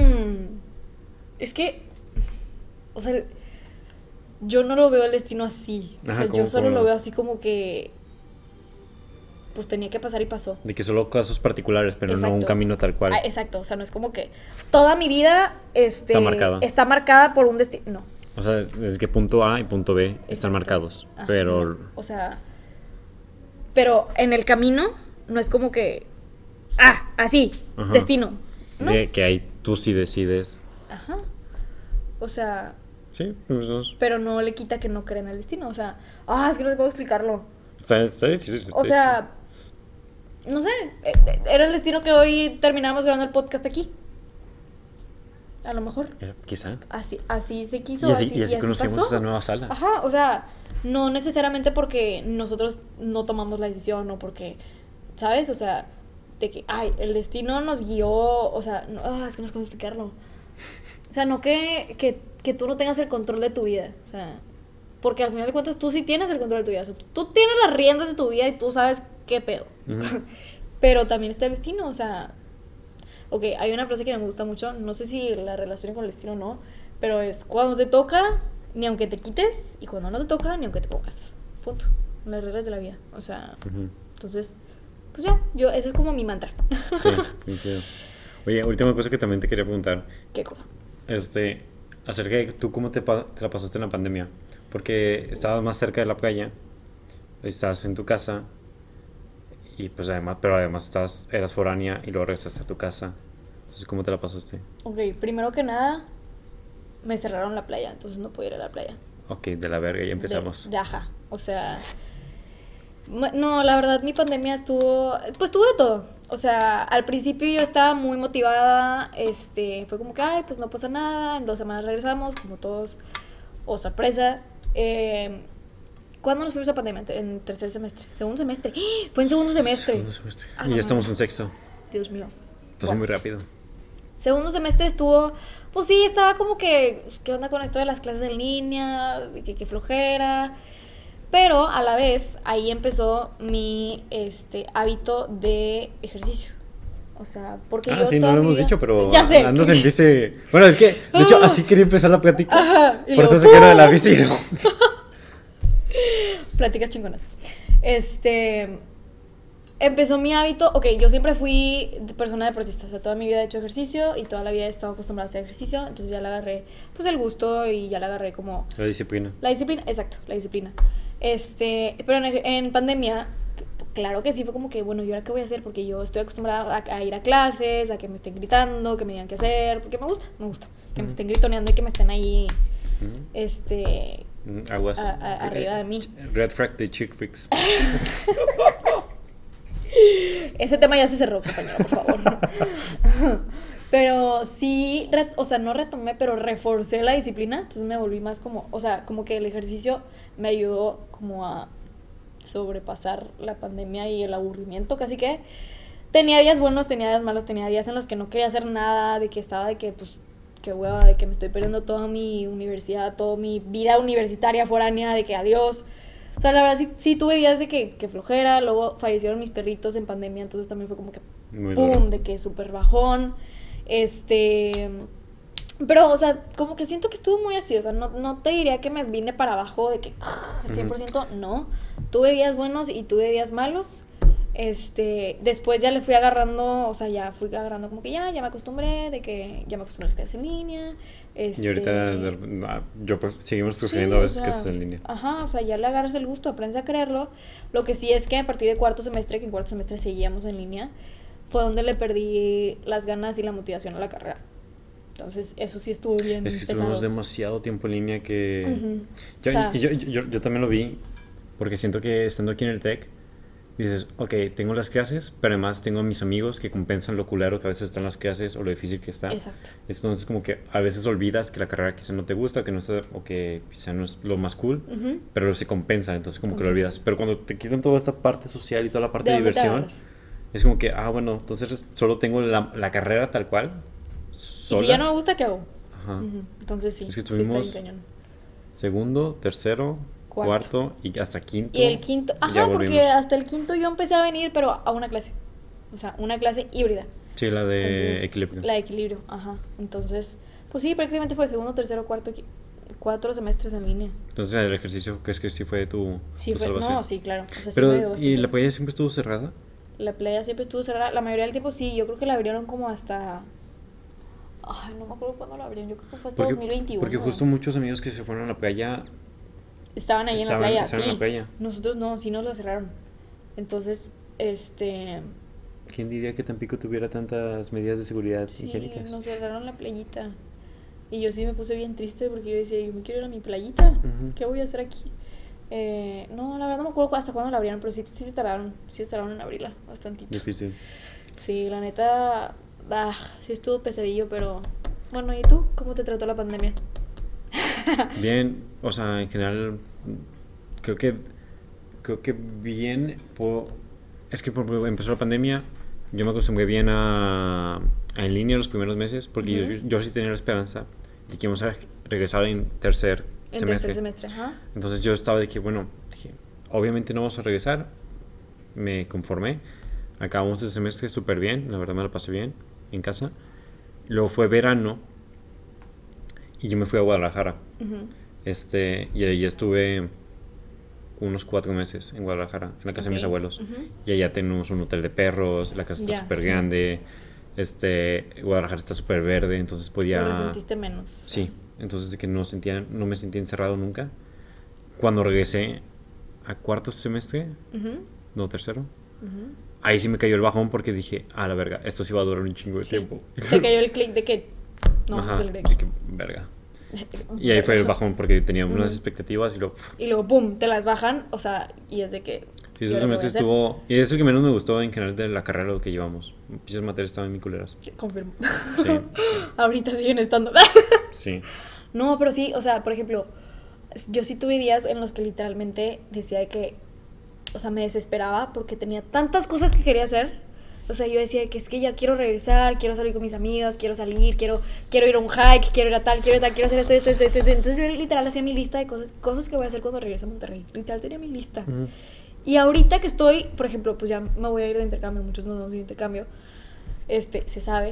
Es que, o sea, yo no lo veo el destino así. O Ajá, sea, ¿cómo- yo solo cómo lo lo veo ves? así como que, pues tenía que pasar y pasó. De que solo casos particulares, pero no un Exacto. camino tal cual. Ah, exacto, o sea, no es como que toda mi vida marcada. está marcada por un destino. No. O sea, es que punto A y punto B están Exacto. marcados, Ajá, pero... no, o sea, pero en el camino no es como que, así, Ajá. destino. No. De que ahí tú sí decides. Ajá. O sea, Sí, pues, pero no le quita que no creen en el destino. O sea, es que no sé cómo explicarlo. está difícil. O sea, no sé, era el destino que hoy terminamos grabando el podcast aquí. A lo mejor. Quizá. Así se quiso. Y así conocemos pasó. esta nueva sala. Ajá, o sea, no necesariamente porque nosotros no tomamos la decisión o porque, ¿sabes? O sea, de que, el destino nos guió, o sea, no, es que no sé cómo explicarlo. O sea, no que tú no tengas el control de tu vida, o sea, porque al final de cuentas tú sí tienes el control de tu vida, o sea, tú tienes las riendas de tu vida y tú sabes qué pedo. Ujú. Pero también está el destino, o sea, ok, hay una frase que me gusta mucho, no sé si la relación con el destino o no, pero es cuando te toca, ni aunque te quites, y cuando no te toca, ni aunque te pongas. Punto. Las reglas de la vida, o sea, Ujú. entonces, pues ya, ese es como mi mantra. Sí, coincido. Oye, última cosa que también te quería preguntar. ¿Qué cosa? Acerca de tú cómo te la pasaste en la pandemia. Porque estabas más cerca de la playa, estabas en tu casa, y pues además eras foránea y luego regresaste a tu casa. Entonces, ¿cómo te la pasaste? Ok, primero que nada, me cerraron la playa, entonces no pude ir a la playa. Ok, de la verga, ya empezamos. Ajá, o sea, no, la verdad mi pandemia tuvo de todo. O sea, al principio yo estaba muy motivada, fue como que, pues no pasa nada, en 2 semanas regresamos, como todos, sorpresa. ¿Cuándo nos fuimos a pandemia? En tercer semestre, segundo semestre, fue en segundo semestre. Segundo semestre. Ah, Y no ya estamos mames. en sexto. Dios mío. Pasó muy rápido. Segundo semestre estuvo, pues sí, estaba como que, ¿qué onda con esto de las clases en línea? Que flojera. Pero a la vez, ahí empezó mi hábito de ejercicio. O sea, porque yo Sí, no toda lo mi hemos vida- dicho, pero Ya sé. andas en bici. Bueno, es que, de hecho, así quería empezar la plática. Ajá, y Por eso luego, se quedó de la ¡pum! bici. ¿No? Pláticas chingonas. Empezó mi hábito, yo siempre fui persona deportista, o sea, toda mi vida he hecho ejercicio y toda la vida he estado acostumbrada a hacer ejercicio, entonces ya le agarré, pues, el gusto y ya le agarré como La disciplina. la disciplina, exacto, la disciplina. Pero en pandemia, claro que sí fue como que, bueno, ¿y ahora qué voy a hacer? Porque yo estoy acostumbrada a ir a clases, a que me estén gritando, que me digan qué hacer, porque me gusta, que me estén gritoneando y que me estén ahí, Aguas. arriba de mí. Red flag de chick flicks. Ese tema ya se cerró, compañero, por favor. Pero sí, o sea, no retomé, pero reforcé la disciplina, entonces me volví más como, o sea, como que el ejercicio me ayudó como a sobrepasar la pandemia y el aburrimiento, casi que tenía días buenos, tenía días malos, tenía días en los que no quería hacer nada, de que estaba de que, pues, qué hueva, de que me estoy perdiendo toda mi universidad, toda mi vida universitaria foránea, de que adiós. O sea, la verdad sí tuve días de que flojera, luego fallecieron mis perritos en pandemia, entonces también fue como que Muy pum, duro. de que súper bajón. Pero, o sea, como que siento que estuvo muy así, o sea, no te diría que me vine para abajo de que 100%, no. Tuve días buenos y tuve días malos. Después ya le fui agarrando, o sea, ya fui agarrando como que ya me acostumbré, de que ya me acostumbré a las clases en línea. Y ahorita seguimos prefiriendo Sí, a veces o sea, clases en línea. Ajá, o sea, ya le agarras el gusto, aprendes a creerlo. Lo que sí es que a partir de cuarto semestre, que en cuarto semestre seguíamos en línea, fue donde le perdí las ganas y la motivación a la carrera. Entonces, eso sí estuvo bien Es que pesado. estuvimos demasiado tiempo en línea que... O sea, Yo también lo vi, porque siento que estando aquí en el TEC, dices, ok, tengo las clases, pero además tengo a mis amigos que compensan lo culero que a veces están las clases o lo difícil que está. exacto. Entonces como que a veces olvidas que la carrera quizá no te gusta, que no está, o que quizá no es lo más cool, pero se compensa, entonces como que lo olvidas. Pero cuando te quitan toda esta parte social y toda la parte de dónde te diversión, agarras? es como que, bueno, entonces solo tengo la carrera tal cual, Y sola. si ya no me gusta, ¿qué hago? Ajá. Entonces sí, Es que sí estuvimos está bien cañón. segundo, tercero, cuarto y hasta quinto. Y el quinto, y ya ajá, porque volvimos. hasta el quinto yo empecé a venir, pero a una clase. O sea, una clase híbrida. Sí, la de Entonces, equilibrio. La de equilibrio, ajá. Entonces, pues sí, prácticamente fue segundo, tercero, cuarto, 4 semestres en línea. Entonces el ejercicio, ¿crees que sí fue tu Sí, tu fue, salvación? no, sí, claro. O sea, sí me Pero, ayudó ¿y bastante. la playa siempre estuvo cerrada? La playa siempre estuvo cerrada. La mayoría del tiempo sí, yo creo que la abrieron como hasta... Ay, no me acuerdo cuándo la abrieron. Yo creo que fue hasta 2021. Porque justo muchos amigos que se fueron a la playa Estaban ahí en la playa, estaban sí. en la playa. Nosotros no, sí nos la cerraron. Entonces, ¿Quién diría que Tampico tuviera tantas medidas de seguridad sí, higiénicas? nos cerraron la playita. Y yo sí me puse bien triste porque yo decía, yo me quiero ir a mi playita. ¿Qué voy a hacer aquí? No, la verdad no me acuerdo hasta cuándo la abrieron, pero sí se tardaron en abrirla bastantito. Difícil. Sí, la neta, sí estuvo pesadillo, pero... Bueno, ¿y tú? ¿Cómo te trató la pandemia? Bien, o sea, en general, creo que bien. Es que por empezó la pandemia, yo me acostumbré bien a en línea los primeros meses, porque yo sí tenía la esperanza de que íbamos a regresar en tercer semestre. Ajá. Entonces yo estaba de que, bueno, dije, obviamente no vamos a regresar, me conformé, acabamos el semestre súper bien, la verdad me lo pasé bien en casa. Luego fue verano y yo me fui a Guadalajara. Y ahí estuve unos 4 meses en Guadalajara, en la casa de mis abuelos. Y allá tenemos un hotel de perros, la casa está súper grande, Guadalajara está súper verde, entonces podía... Lo resentiste menos. Sí, entonces de que no me sentía encerrado nunca. Cuando regresé a cuarto semestre, no, tercero, ahí sí me cayó el bajón porque dije, la verga, esto sí va a durar un chingo de tiempo. Te cayó el click de que no vamos a salir de aquí. De que, verga. Y ahí fue el bajón porque tenía unas expectativas y luego pum, te las bajan, o sea, y es de que... Sí, ese semestre estuvo... Y es el que menos me gustó en general de la carrera, lo que llevamos. Muchas materias estaban muy culeras. Confirmo. Sí. Ahorita siguen estando. Sí. No, pero sí, o sea, por ejemplo, yo sí tuve días en los que literalmente decía de que, o sea, me desesperaba porque tenía tantas cosas que quería hacer. O sea, yo decía que es que ya quiero regresar, quiero salir con mis amigas, quiero salir, quiero ir a un hike, quiero ir a tal, quiero hacer esto. Entonces yo literal hacía mi lista de cosas que voy a hacer cuando regrese a Monterrey. Literal tenía mi lista. Y ahorita que estoy, por ejemplo, pues ya me voy a ir de intercambio, muchos nos vamos de intercambio, se sabe.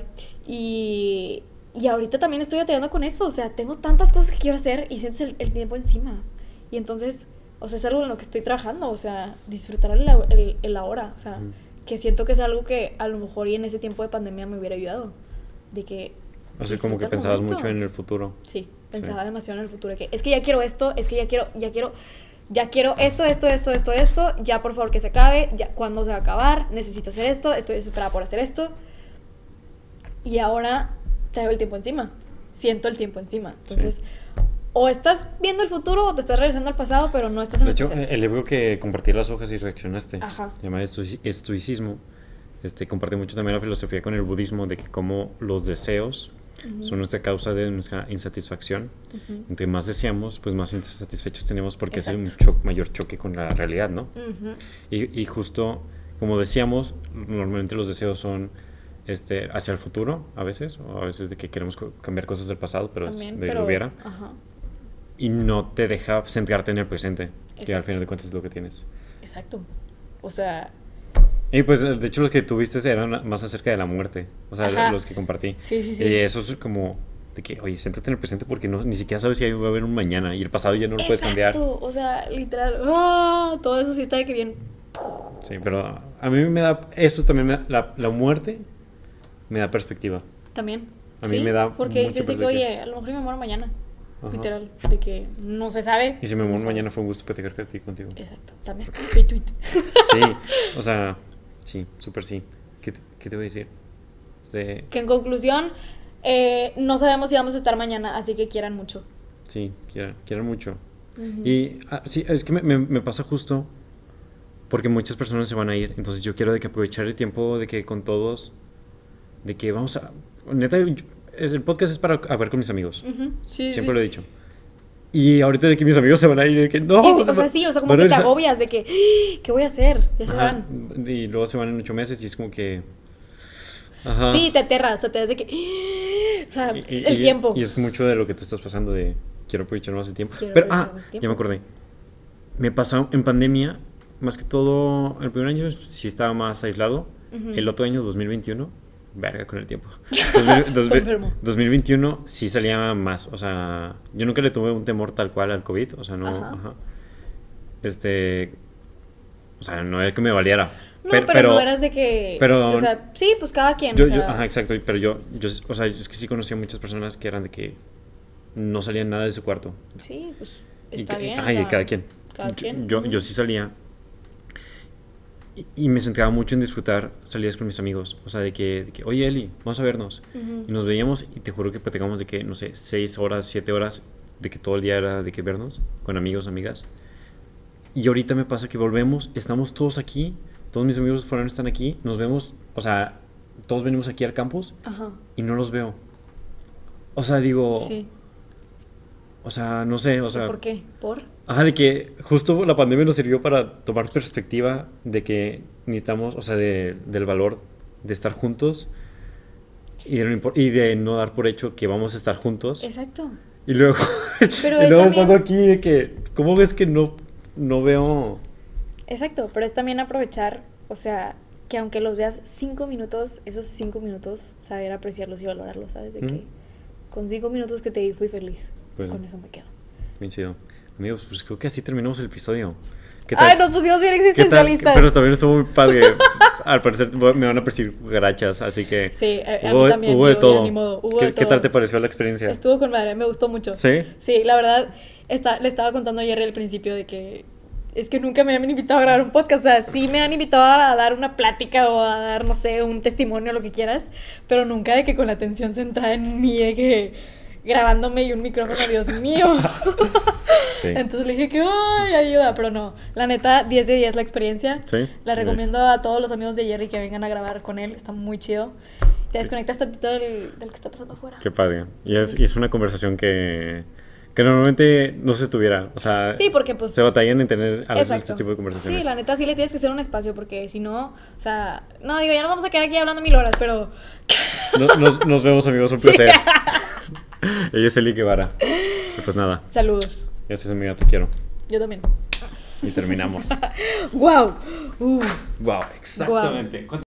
Y ahorita también estoy batallando con eso, o sea, tengo tantas cosas que quiero hacer y sientes el tiempo encima. Y entonces, o sea, es algo en lo que estoy trabajando, o sea, disfrutar el ahora, o sea, que siento que es algo que a lo mejor y en ese tiempo de pandemia me hubiera ayudado, de que... O sea, como que pensabas mucho en el futuro. Sí, pensaba demasiado en el futuro, de que es que ya quiero esto, es que ya quiero ya quiero esto, ya por favor que se acabe, ya cuándo se va a acabar, necesito hacer esto, estoy desesperada por hacer esto. Y ahora traigo el tiempo encima, siento el tiempo encima. Entonces, o estás viendo el futuro o te estás regresando al pasado, pero no estás en De el hecho, presente. el libro que compartí las hojas y reaccionaste, Ajá. se llama Estoicismo. Comparte mucho también la filosofía con el budismo de que como los deseos son nuestra causa de nuestra insatisfacción. Entre más deseamos, pues más insatisfechos tenemos porque es un mayor choque con la realidad, ¿no? Y justo como decíamos, normalmente los deseos son hacia el futuro a veces, o a veces de que queremos cambiar cosas del pasado, pero también, es de lo hubiera. Ajá. Y no te deja centrarte en el presente, Exacto. que al final de cuentas es lo que tienes. Exacto. O sea... Y pues de hecho los que tuviste eran más acerca de la muerte, o sea, los que compartí. Sí. Y eso es como de que, oye, céntrate en el presente porque ni siquiera sabes si va a haber un mañana y el pasado ya no lo puedes cambiar. Exacto, o sea, literal, todo eso sí está de que bien. Sí, pero a mí me da, eso también me da, la muerte me da perspectiva. También. A mí me da porque mucha dices que, perspectiva. oye, a lo mejor me muero mañana. Ajá. Literal, de que no se sabe. Y si me muero no mañana sabes. fue un gusto platicar contigo. Exacto, también. Retweet. Sí, o sea, sí, súper sí. ¿Qué te voy a decir? Que en conclusión, no sabemos si vamos a estar mañana, así que quieran mucho. Sí, quieran mucho. Y sí, es que me pasa justo porque muchas personas se van a ir. Entonces yo quiero de que aprovechar el tiempo de que con todos, de que vamos a... Neta, el podcast es para hablar con mis amigos. Sí, Siempre lo he dicho. Y ahorita de que mis amigos se van a ir, de que no. O sea, como que te agobias de que, ¿qué voy a hacer? Ya se van. Y luego se van en 8 meses y es como que... Ajá. Sí, te aterras, o sea, te das de que... O sea, el tiempo. Y es mucho de lo que tú estás pasando de... Quiero aprovechar más el tiempo. Ya me acordé. Me pasó en pandemia, más que todo, el primer año sí estaba más aislado. El otro año, 2021, verga con el tiempo. 2021 sí salía más, o sea, yo nunca le tuve un temor tal cual al COVID, o sea, no, o sea, no era que me valiera. No, pero no eras de que... o sea, sí, pues cada quien. Exacto, pero yo, o sea, es que sí conocí a muchas personas que eran de que no salían nada de su cuarto. Sí, pues está bien. Y cada quien. Yo sí salía y me centraba mucho en disfrutar salidas con mis amigos. O sea, de que oye, Eli, vamos a vernos. Y nos veíamos y te juro que platicamos de que, no sé, 6 horas, 7 horas, de que todo el día era de que vernos con amigos, amigas. Y ahorita me pasa que volvemos, estamos todos aquí, todos mis amigos foráneos están aquí, nos vemos, o sea, todos venimos aquí al campus y no los veo. O sea, digo... Sí. O sea, no sé, o sea... ¿Por qué? ¿Por? De que justo la pandemia nos sirvió para tomar perspectiva de que necesitamos, o sea, del valor de estar juntos y de no dar por hecho que vamos a estar juntos. Exacto. Y luego, pero y luego también... estando aquí de que, ¿cómo ves que no veo? Exacto, pero es también aprovechar, o sea, que aunque los veas 5 minutos, esos 5 minutos, saber apreciarlos y valorarlos, ¿sabes? De que con 5 minutos que te vi fui feliz. Pues, con eso me quedo. Coincido. Amigos, pues creo que así terminamos el episodio. Nos pusimos bien existencialistas. Pero también estuvo muy padre. Al parecer me van a percibir cucarachas, así que... Sí, a mí también. Hubo de todo. ¿Qué tal te pareció la experiencia? Estuvo con madre, me gustó mucho. ¿Sí? Sí, la verdad, le estaba contando a Jerry al principio de que... Es que nunca me han invitado a grabar un podcast. O sea, sí me han invitado a dar una plática o a dar, no sé, un testimonio, lo que quieras. Pero nunca de que con la atención centrada en mí, de que... grabándome y un micrófono, Dios mío. Sí. Entonces le dije que, ¡ay, ayuda! Pero no, la neta, 10 de 10 la experiencia. Sí. La recomiendo a todos los amigos de Jerry que vengan a grabar con él. Está muy chido. Te desconectas tantito del que está pasando afuera. Qué padre. Y es una conversación que normalmente no se tuviera. O sea, sí, porque pues... se batallan en tener a veces este tipo de conversaciones. Sí, la neta sí le tienes que hacer un espacio porque si no, o sea... No, digo, ya no vamos a quedar aquí hablando 1000 horas, pero... Nos vemos, amigos. Un placer. Sí. Ella es Eli Guevara. Y pues nada. Saludos. Gracias, amiga. Te quiero. Yo también. Y terminamos. ¡Wow! ¡Wow! Exactamente. Wow.